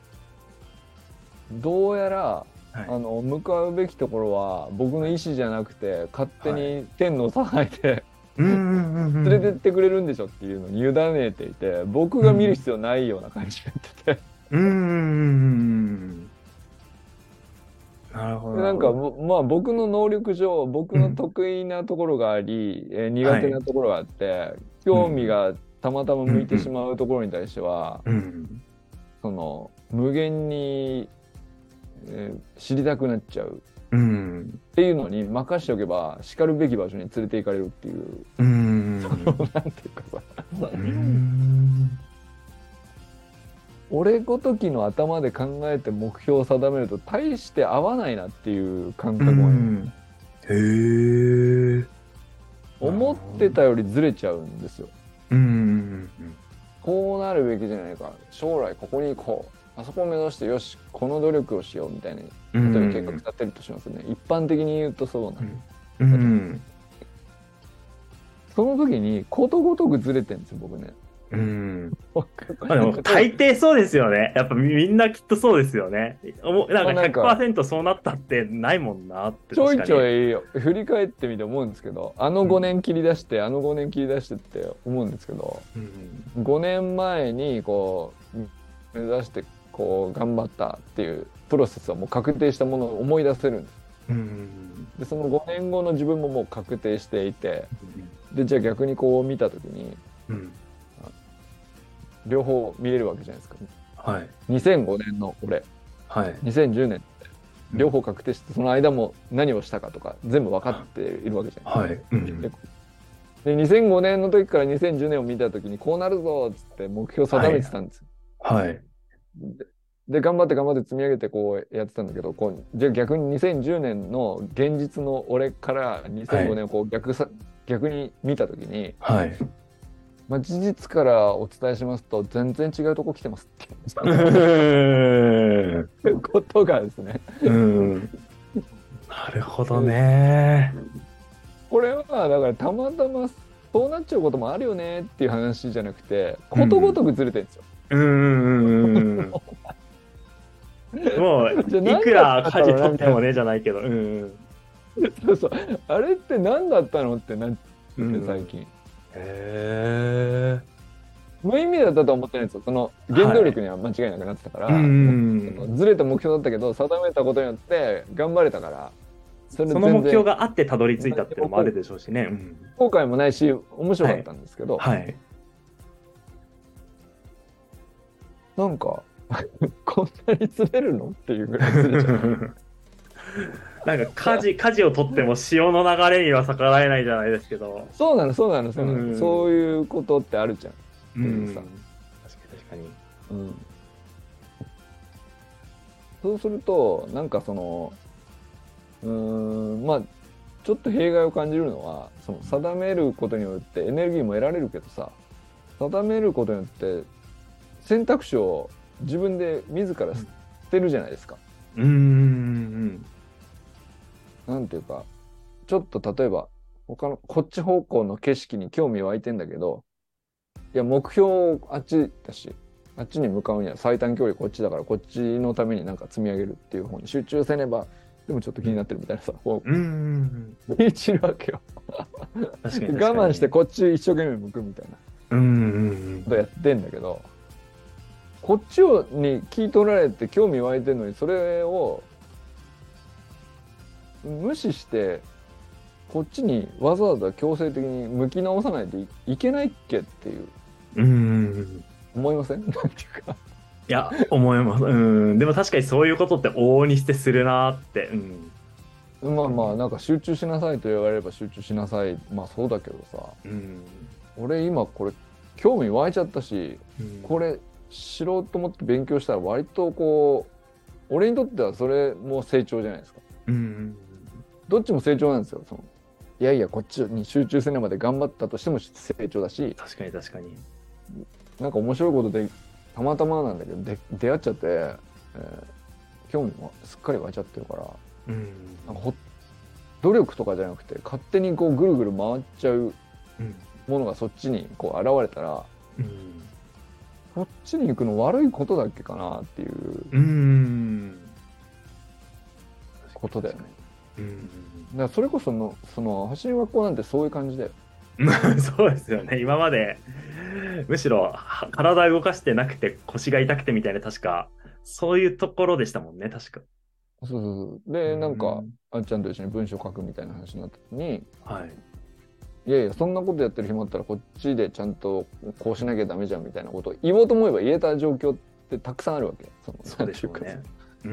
どうやら、 はい。 向かうべきところは僕のはい。 意思じゃなくて、勝手はい。 に天の支えてうんうんうんう連れてっん。 てくれるんでしょっていうのに委ねていて、僕が見るうん必要ないような感じがしてて。 うんうんうんうん。なるほど、 でなんか、 なるほど。 まあ僕の能力上、僕のうん。 得意なところがあり、苦手はい。 なところがあって、興味うん。 がたまたまうん向いてしまうところに対しては、 うん。うん。 無限に、知りたくなっちゃううん。 っていうのに任しておけば、叱るべき場所に連れて行かれるっていう、 うん。 なんていうかさ、 うん。 俺ごときの頭で考えて目標を定めると大して合わないなっていう感う覚もあります。 ん。へえ。なる思っほど。 てたよりずれちゃうんですよ。 うん。 こうなるべきじゃないか。将来ここに行こう。あそこを目指してよし、この努力をしようみたいに、 う例えば計画ん。 立てるとしますよね。一般的に言うとそうなんうん。うだと思う。 ん。 その時にことごとくずれてるんですよ、僕ね。 うん。まあでも、 例えば、 大抵そうですよね。やっぱみんなきっとそうですよね。なんかまあなんか、 100%そうなったってないもんなってちょいちょ確かに。 い振り返ってみて思うんですけど、あのうん。 5年切り出して、あの5年切り出してって思うんですけど、 うん。 5年前にこう、目指してこう頑張ったっていうプロセスはもう確定したものを思い出せるんです。 うん。 で、その5年後の自分ももう確定していて、で、じゃあ逆にこう見たときに、 うん。 両方見れるわけじゃないですか。 はい。 2005年の俺、 はい。 2010年、 うん。 両方確定して、その間も何をしたかとか全部分かっているわけじゃないはい。うですか。 ん。 で、2005年の時から2010年を見た時にこうなるぞっつって目標を定めはい。 てたんですよ。 はい。 で、頑張って頑張って積み上げてこうやってたんだけど、こう、じゃあ逆に2010年の現実の俺から2005 はい。 年をこう逆に見た時に、 はい。 まあ、事実からお伝えしますと全然違うとこ来てますってうーん。 いうことがですね、 うん。なるほどね。 これはだからたまたまそうなっちゃうこともあるよねっていう話じゃなくて、ことごうん。 とくずれてるんですよ。 うん。うん。もう、 じゃあいく何だったんだら舵ろうなみたいな。 取ってもね、じゃないけど。うん。 そうそう。あれって何だったのってなってて最うん。 近。 へえ。 無意味だったとは思ってないんですよ。その原動はい。 力には間違いなくなってたかうら、 ん。 ずれた目標だったけど、定めたことによって頑張れたから、 それその目全然標があってたどり着いたっていうのもあるでしょうしね。うん、 後悔もないし、面白かったんですけど、 はい。 なんか、こんなに釣れるのっていうぐらい釣れちゃう。 なんか舵を取っても潮の流れには逆らえないじゃないですけど。 そうなの、そうなの、そううなの。そうん。 いうことってあるじゃん。っうん。 ていうさ。 確かに確かに。 うん。そうすると、なんかその、まあ、ちょっと弊害を感じるのは、その定めることによってエネルギーも得られるけどさ、定めることによって選択肢を自分で自ら捨てるじゃないですか。 うん。 なんていうか、ちょっと例えば、他の、こっち方向の景色に興味湧いてんだけど、いや、目標あっちだし、あっちに向かうには最短距離こっちだから、こっちのためになんか積み上げるっていう方に集中せねば、でもちょっと気になってるみたいなさ、こうん。 う、見え散るわけよ。 確かに確かに。 我慢してこっち一生懸命向くみたいなうん。 ことやってんだけど、こっちをに聞い取られて興味湧いてるのに、それを無視して、こっちにわざわざ強制的に向き直さないといけないっけっていう、 うん。 思いません？なんていうか。 いや、思います。うん。でも確かにそういうことって往々にしてするなって。うん。 まあまあ、なんか集中しなさいと言われれば集中しなさい。まあそうだけどさ、 うん。 俺今これ興味湧いちゃったし、 うん。 これ知ろうと思って勉強したら割とこう、俺にとってはそれも成長じゃないですか。 うん。 どっちも成長なんですよ。そのいやいや、こっちに集中するまで頑張ったとしても成長だし、 確かに確かに。 なんか面白いことで、たまたまなんだけど、出会っちゃって、興味もすっかり湧いちゃってるから、 うん。 なんか努力とかじゃなくて、勝手にこうぐるぐる回っちゃううん。 ものがそっちにこう現れたら、 うん。 こっちに行くの悪いことだっけかなっていううん。 ことだよね。 うん。 だからそれこそその走り学校なんてそういう感じだよ。 そうですよね。今まで、むしろ体動かしてなくて腰が痛くてみたいな、確か、そういうところでしたもんね、確か。 そうそうそう。 うで、なんか、 ん。 あっちゃんと一緒に文章書くみたいな話になった時に、 はい。 いやいや、そんなことやってる暇あったらこっちでちゃんとこうしなきゃダメじゃんみたいなことを言おうと思えば言えた状況ってたくさんあるわけ。 そうでしょうね。うん。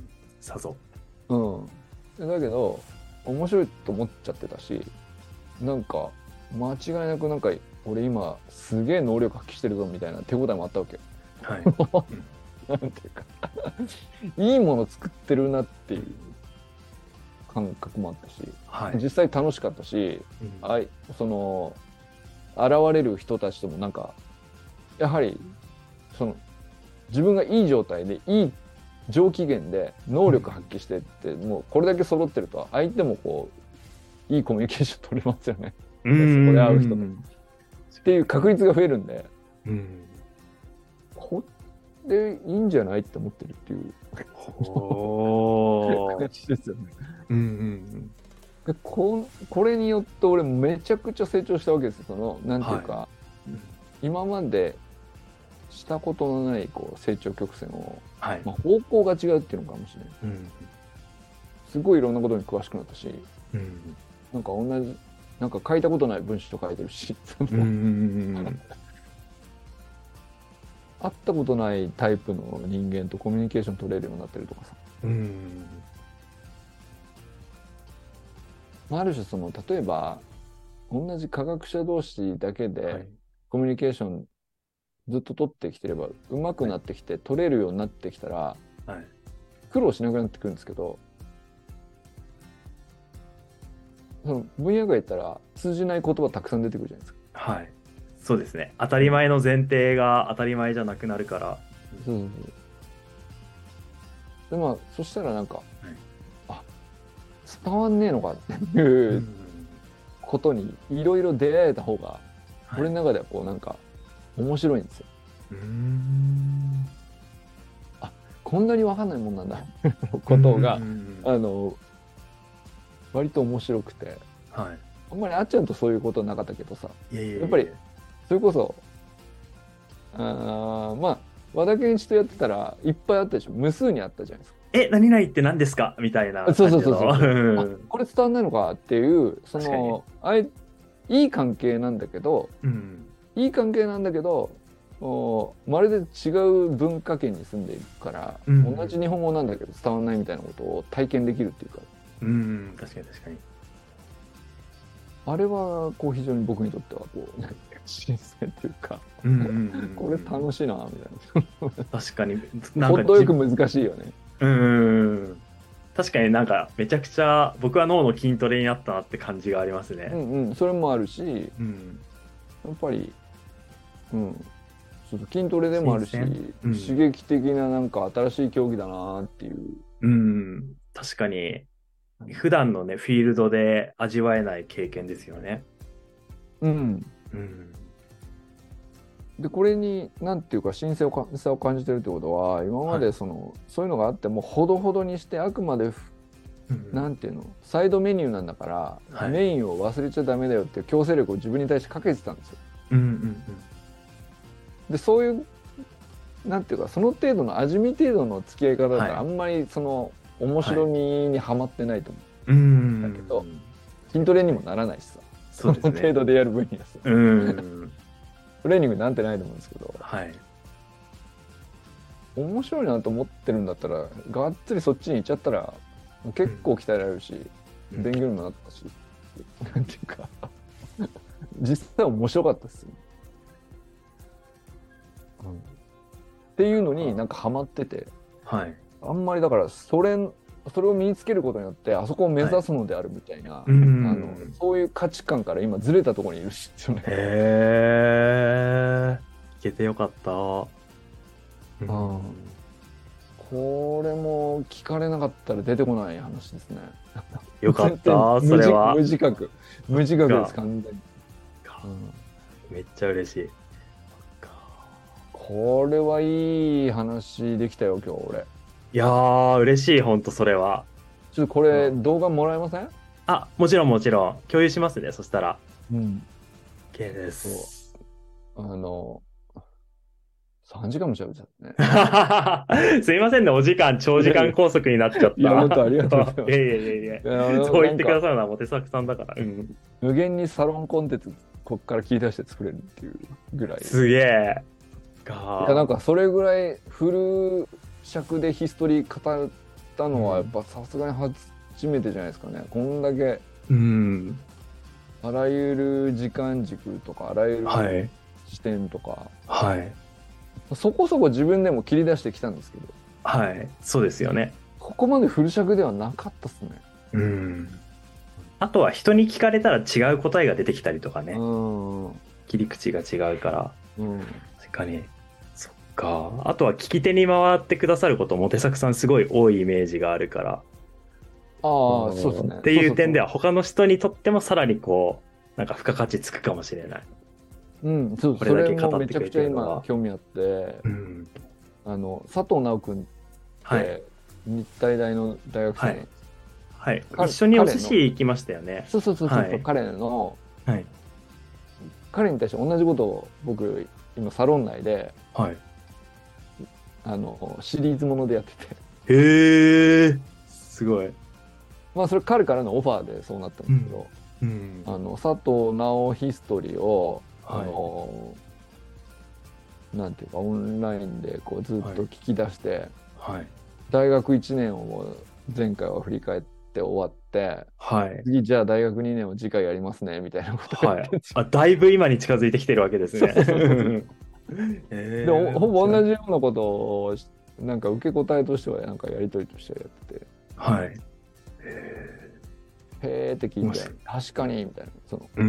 さぞ。 うん。だけど、面白いと思っちゃってたし、なんか、間違いなくなんか、俺今すげえ能力発揮してるぞみたいな手応えもあったわけよ。 はい。うん。 なんていうかいいもの作ってるなっていう感覚もあったし、 はい。 実際楽しかったし、 うん。 その、現れる人たちともなんか、やはり、その、自分がいい状態で、いい上機嫌で能力発揮してって、もうこれだけ揃ってると、相手もこう、いいコミュニケーション取れますよね。 うでそこで会う人と。 ん。 っていう確率が増えるんで、 うん。 これでいいんじゃないって思ってるっていうおー。 感じですよね。 うんうんでこれによって俺めちゃくちゃ成長したわけですよ。なんていうはい。 か、 うん。 今までしたことのないこう成長曲線を、 はい。 まあ、方向が違うっていうのかもしれない。 うん。 すごいいろんなことに詳しくなったし、 うん。 なんか同じ、なんか書いたことない文章書いてるし、 うん。 会ったことないタイプの人間とコミュニケーション取れるようになってるとかさ。 うん。 まあ、ある種その、例えば、同じ科学者同士だけではい。 コミュニケーションずっと取ってきてれば、上手くはい。 なってきて取れるようになってきたら、 はい。 苦労しなくなってくるんですけど、その分野がいったら通じない言葉たくさん出てくるじゃないですか。 はい。そうですね。当たり前の前提が当たり前じゃなくなるから。 そうそうそう。で、まあ、そしたらなんか、 はい。 あ、伝わんねえのかっていううん。 ことにいろいろ出会えた方が、 はい。 俺の中ではこうなんか面白いんですよ。 うん。 あ、こんなにわかんないもんなんだうん。 ことが、 うん。 あの、割と面白くて、 はい。 あんまりあっちゃんとそういうことなかったけどさ、 いえいやっぱり、 えいえ。 それこそ、まあ、和田健一とやってたらいっぱいあったでしょ。無数にあったじゃないですか。 何々って何ですかみたいなそうそう感じの。 そうそうそう。あ、 うん、 これ伝わんないのかっていう、 確かに。 いい関係なんだけど、 うん。 いい関係なんだけど、まるで違う文化圏に住んでいるから、 うん。 同じ日本語なんだけど伝わんないみたいなことを体験できるっていうか、 うん。確かに確かに。 あれはこう非常に僕にとってはこう、新鮮というか、 うんうんうんこれうん。 楽しいな、みたい確かに。 な。 なんか程よく難しいよね。 うん。確かになんかめちゃくちゃ僕は脳の筋トレになったなって感じがありますね。 うんうん、それもあるし、 うん。 やっぱり、うん、そう筋トレでもあるし、 新鮮。うん。 刺激的ななんか新しい競技だなっていう。 うん。確かに普段のね、フィールドで味わえない経験ですよね。 うん。 うん。 で、これに、なんていうか、新鮮さを感じてるってことは、今まはい。 でそういうのがあっても、ほどほどにして、あくまでうん。 なんていうの、サイドメニューなんだから、 はい。 メインを忘れちゃダメだよっていう強制力を自分に対してかけてたんですよ。 うんうんで、そういう、なんていうか、その程度の味見程度の付き合い方うん。 だったら、あはい。 んまり面白はい。 みにはまってないと思ううんだけど、 ん。 筋トレにもならないしさ、そのそうですね。 程度でやる分にはさ、 うん。 トレーニングなんてないと思うんですけど、 はい。 面白いなと思ってるんだったら、がっつりそっちに行っちゃったら、 うん。 結構鍛えられるし、 うん。 勉強にもなったし、なんていうか、実際面白かったですよ。うん、っていうのにあ、 なんかハマってて、 はい。 あんまりだからそれを身につけることによって、あそこを目はい。 指すのであるみたいな、 うん。 そういう価値観から今ずれたところにいるんですよね。 へえ。聞けてよかった。ううん、 ん。 これも聞かれなかったら出てこない話ですね。 よか全然った。それは。 無自覚です、 が、 完全に。うかん、 めっちゃ嬉しい。かこれはいい話できたよ、今日俺。 いやー、嬉しい、ほんとそれは。 ちょっとこうん。 れ動画もらえません？ あ、もちろんもちろん。共有しますね、そしたら。 うん。 OK でそす。 う。3時間も喋っちゃったね。 すいませんね、お時間、長時間いやいや、 拘束になっちゃっいや、本た。 当ありがとうございます。 いやいやいやいや、そう言ってくだなんか、 さるのはモテ作さんだから。うん。 無限にサロンコンテンツ、こっから切り出して作れるっていうぐらい。 すげえ。 いや、なんか。 か、それぐらいフル尺でヒストリー語ったのは、やっうん。 ぱさすがに初めてじゃないですかね。こんだけ、 うん。 あらゆる時間軸とか、あらゆるはい。 視点とか、 はい。 そこそこ自分でも切り出してきたんですけど、 はい。そうですよね。 ここまでフル尺ではなかったっすね。 うん。あとは人に聞かれたら違う答えが出てきたりとかうね。 ん。うん。 切り口が違うから。確かに。そっか。あとは聞き手に回ってくださること、モテ作さんすごい多いイメージがあるから。 ああ、そうですね。 っていう点ではそうそうそ他の人にとってもさらにこう、なんか付加価値つくかもしれない。 う。うん、そう、 これそれだけ語っもめちゃくちゃてくれてるのは。 今興味あって、 うん。 佐藤直君っはい。 て日体大の大学生はい。 なんです。 はい。一緒にお寿彼の、 司行きましたよね。 そうそうそうそうそう、 はい。はい。 彼に対して同じことを僕、今サロン内で、 はい。 シリーズものでやってて、 へえ。すごい。 まあそれ彼からのオファーでそうなったんでうん。 すけど、 うん。 佐藤直ヒストリーを、 はい。 なんていうか、オンラインでこうずっはい。 と聞き出して、 はい。 大学1年をもう前回は振り返って終わって、 はい。 次じゃあ大学2年を次回やりますね、みたいなことをやっはい。 てるんですよ。 あ、だいぶ今に近づいてきてるわけですそうね。 そうそうそうそう。で、 へえ、 ほぼ面白い。 同じようなことをなんか受け答えとしては、なんかやりとりとしてやってて、 はい。へえ、 へーって聞いて、 面白い。 確かに、みたいな、 うん。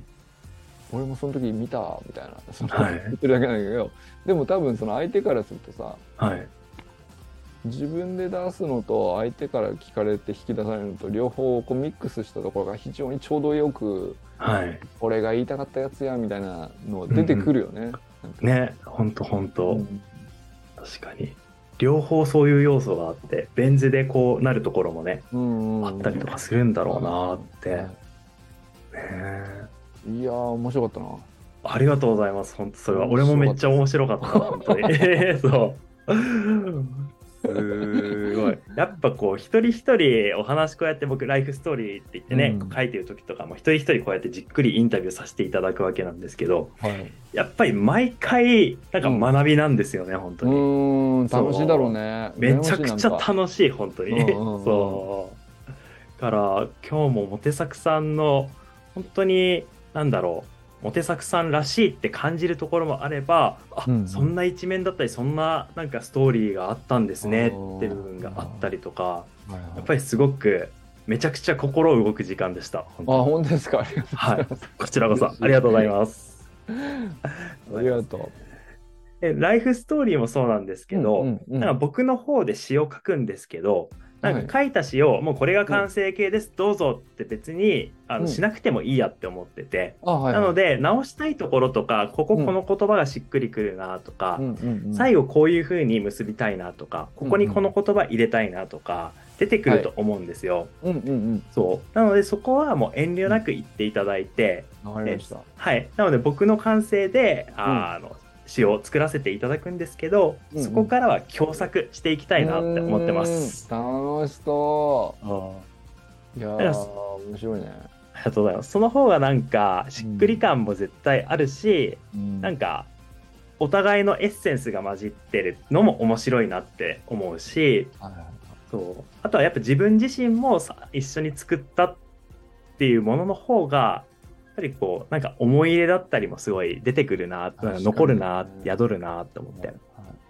俺もその時見た、みたいな、 はい。 言ってるだけなんだけど、でも多分その相手からするとさ、 はい。 自分で出すのと相手から聞かれて引き出されるのと両方こうミックスしたところが非常にちょうどよく、 はい。 これが言いたかったやつやみたいなのうんう出てくん。 るよね。なんか、 ね、ほんとほんと。 うん、 確かに。両方そういう要素があって、ベン図でこうなるところもね、 うんあったりとかうんうん。 するんだろうなーっはいて。 はねえ、 い。いやー、面白かったな。 ありがとうございます。本当それは。 面俺もめっちゃ面白かったです。 白かった。本当に。そう。すごい。 やっぱこう一人一人お話こうやって僕ライフストーリーって言ってね、 うん書いてる時とかも一人一人こうやってじっくりインタビューさせていただくわけなんですけど、 はいやっぱり毎回なんか学びなんですよね、本当に。 楽しいだろうね。 めちゃくちゃ楽しい、本当に。 うんそう。だから今日もモテサクさんの本当になんだろう、モテサクさんらしいって感じるところもあれば、そんな一面だったり、そんななんかストーリーがあったんですねって部分があったりとか、やっぱりすごくめちゃくちゃ心動く時間でした。 本当ですか。ありがとうございます。 はい、こちらこそありがとうございます。 ありがとう。ライフストーリーもそうなんですけど、なんか僕の方で詩を書くんですけど、なんか書いた詩をもうこれが完成形です、どうぞって別にしなくてもいいやって思ってて、なので直したいところとか、この言葉がしっくりくるなとか、最後こういう風に結びたいなとか、ここにこの言葉入れたいなとか出てくると思うんですよ。そうなのでそこはもう遠慮なく言っていただいて、 わかりました。 はい、なので僕の完成で詩を作らせていただくんですけど、そこからは共作していきたいなって思ってます。 楽しそう。いやー、面白いね。 ありがとうございます。その方がなんかしっくり感も絶対あるし、なんかお互いのエッセンスが混じってるのも面白いなって思うし、そうあとはやっぱ自分自身も一緒に作ったっていうものの方がやっぱりこうなんか思い入れだったりもすごい出てくるな、残るな、宿るなって思って。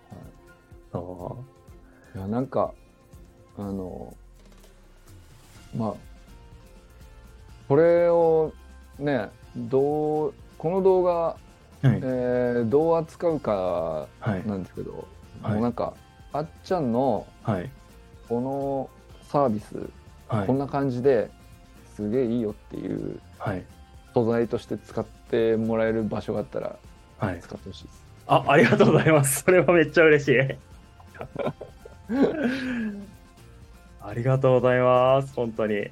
いやなんかまあこれをねこの動画、どう扱うかなんですけど、もうなんかあっちゃんのこのサービス、こんな感じですげえいいよっていう素材として使ってもらえる場所があったら使ってほしいです。 ありがとうございます。それはめっちゃ嬉しい。ありがとうございます。本当に。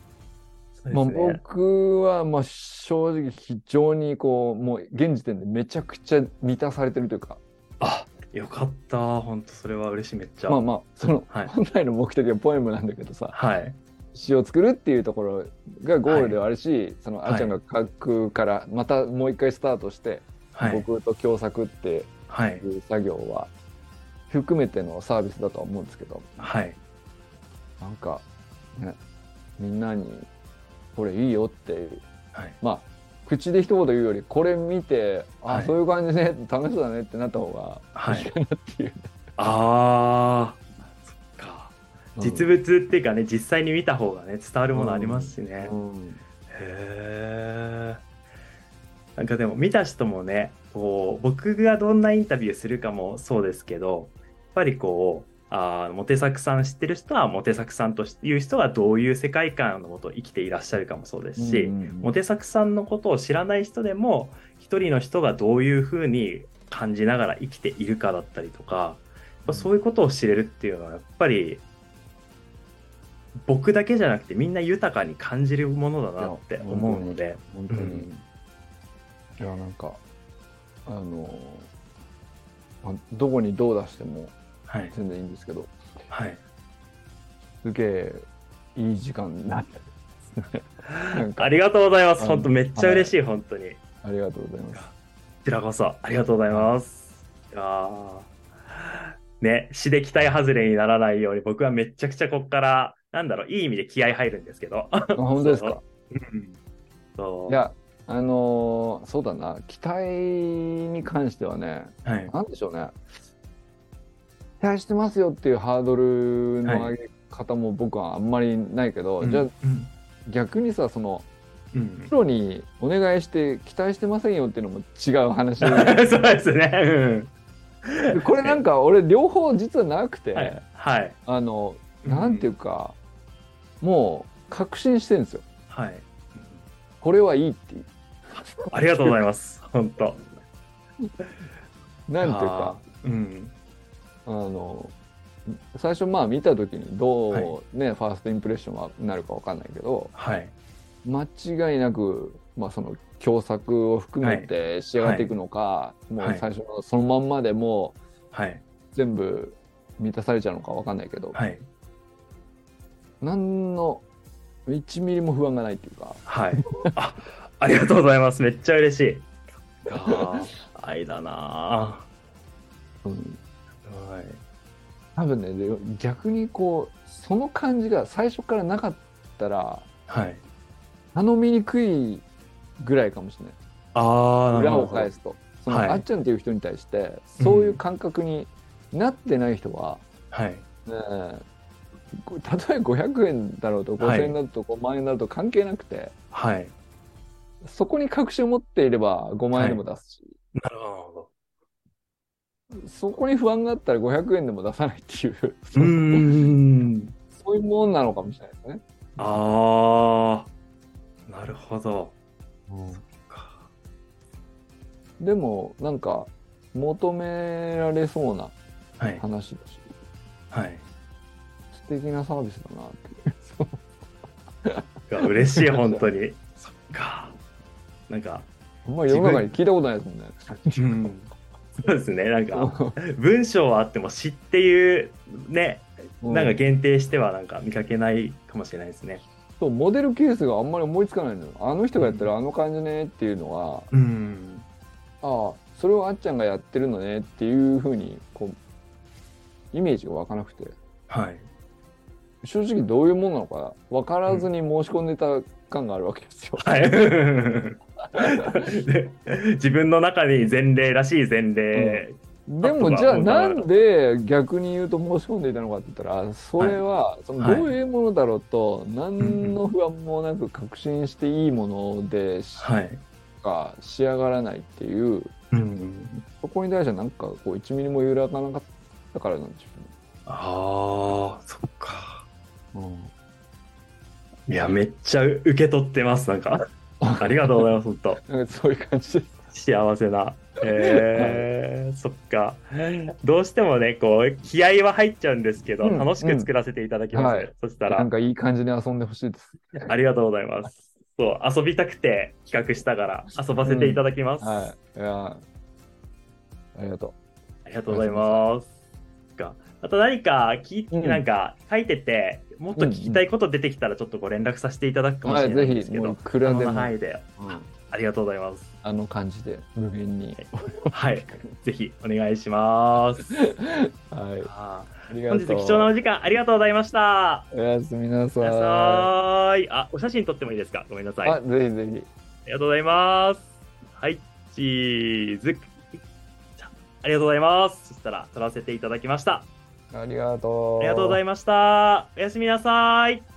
僕は正直非常にこうもう現時点でめちゃくちゃ満たされてるというか。 よかった。本当それは嬉しい、めっちゃ。 その、本来の目的はポエムなんだけどさ。詩を作るっていうところがゴールではあるし、そのあっちゃんが書くからまたもう一回スタートして、僕と共作っていう作業は含めてのサービスだとは思うんですけど、なんかね、みんなにこれいいよっていう、口で一言言うよりこれ見てそういう感じね、楽しそうだねってなった方がいいかなっていう。 実物っていうかね、実際に見た方がね伝わるものありますしね。なんかでも見た人もね、こう僕がどんなインタビューするかもそうですけど、やっぱりこうモテサクさん知ってる人はモテサクさんという人がどういう世界観のもと生きていらっしゃるかもそうですし、モテサクさんのことを知らない人でも一人の人がどういうふうに感じながら生きているかだったりとか、そういうことを知れるっていうのはやっぱり僕だけじゃなくてみんな豊かに感じるものだなって思うので、 本当に、いやなんかどこにどう出しても全然いいんですけど、すげえいい時間になってありがとうございます。本当めっちゃ嬉しい、本当にありがとうございます。 こちらこそありがとうございます。いやね、詩で期待外れにならないように僕はめちゃくちゃこっからなんだろう、いい意味で気合入るんですけど。 本当ですか。いやそうだな、期待に関してはね、なんでしょうね、期待してますよっていうハードルの上げ方も僕はあんまりないけど、じゃあ逆にさ、そのプロにお願いして期待してませんよっていうのも違う話そうですね。 これなんか俺両方実はなくて、なんていうかもう確信してるんですよ。これはいいっていう。 ありがとうございます。本当。 なんていうか、最初見た時にどうね、ファーストインプレッションはなるかわかんないけど、間違いなくその共作を含めて仕上がっていくのか、もう最初のそのまんまでもう全部満たされちゃうのかわかんないけど、 何の1ミリも不安がないっていうか。 はい。ありがとうございます。めっちゃ嬉しい。愛だなうん、 ぁ。はい。 多分ね、で逆にこう、その感じが最初からなかったら、 はい。 頼みにくいぐらいかもしれない。裏なるほど。 を返すと。その、 はい。 あっちゃんっていう人に対して、そういう感覚になってない人は、 はい。 ねたとえ500円だろうと5000円だと5万円だと関係なくて、 はい。 そこに確信を持っていれば5万円ではい。 も出すし、 なるほど。 そこに不安があったら500円でも出さないっていう、 うーん。 そういうもんなのかもしれないですね。 あなるほど。そっか。 でも、なんか、求められそうなはい。 話だし、 はい。 素敵なサービスだなって。 嬉しい、本当に。そっか。なんか、 あんまり世の中に聞いたことないですもんね。 うん。そうですね。なんか、文章はあっても詩っていうね、なんか限定してはなんか見かけないかもしれないですね。 そう、モデルケースがあんまり思いつかないのよ。あの人がやってるあの感じねっていうのは、 うん。 ああ、それをあっちゃんがやってるのねっていうふうに、こう、イメージが湧かなくて、 はい。 正直どういうものなのか分からずに申し込んでた感があるわけですよ。 はい。で自分の中に前例らしい前例、 でもじゃあなんで逆に言うと申し込んでいたのかって言ったら、それはそのどういうものだろうと何の不安もなく確信していいものでしか仕上がらないっていう、そこに対してなんかこう1ミリも揺らがなかったからなんでしょうね。 ああ、そっか。いや、めっちゃ受け取ってます、なんか。ありがとうございます、本当。 なんかそういう感じです。 幸せな。そっか。どうしてもね、こう、気合は入っちゃうんですけど、楽しく作らせていただきます。 はい。 そしたら、 なんかいい感じに遊んでほしいです。 ありがとうございます。そう、遊びたくて企画したから遊ばせていただきます。 はい。いや、ありがとう。 ありがとうございます。あと何かなんか書いてて、もっと聞きたいこと出てきたらちょっとご連絡させていただくかもしれないんですけど、 可能な範囲で、ありがとうございます。 あの感じで無限に。 はい。ぜひお願いします。 はい。 本日貴重なお時間ありがとうございました。 おやすみなさい。お写真撮ってもいいですか？ごめんなさい。 ぜひぜひ。 ありがとうございます。はい、チーズ。ありがとうございます。そしたら撮らせていただきました。 ありがとう。 ありがとうございました。おやすみなさい。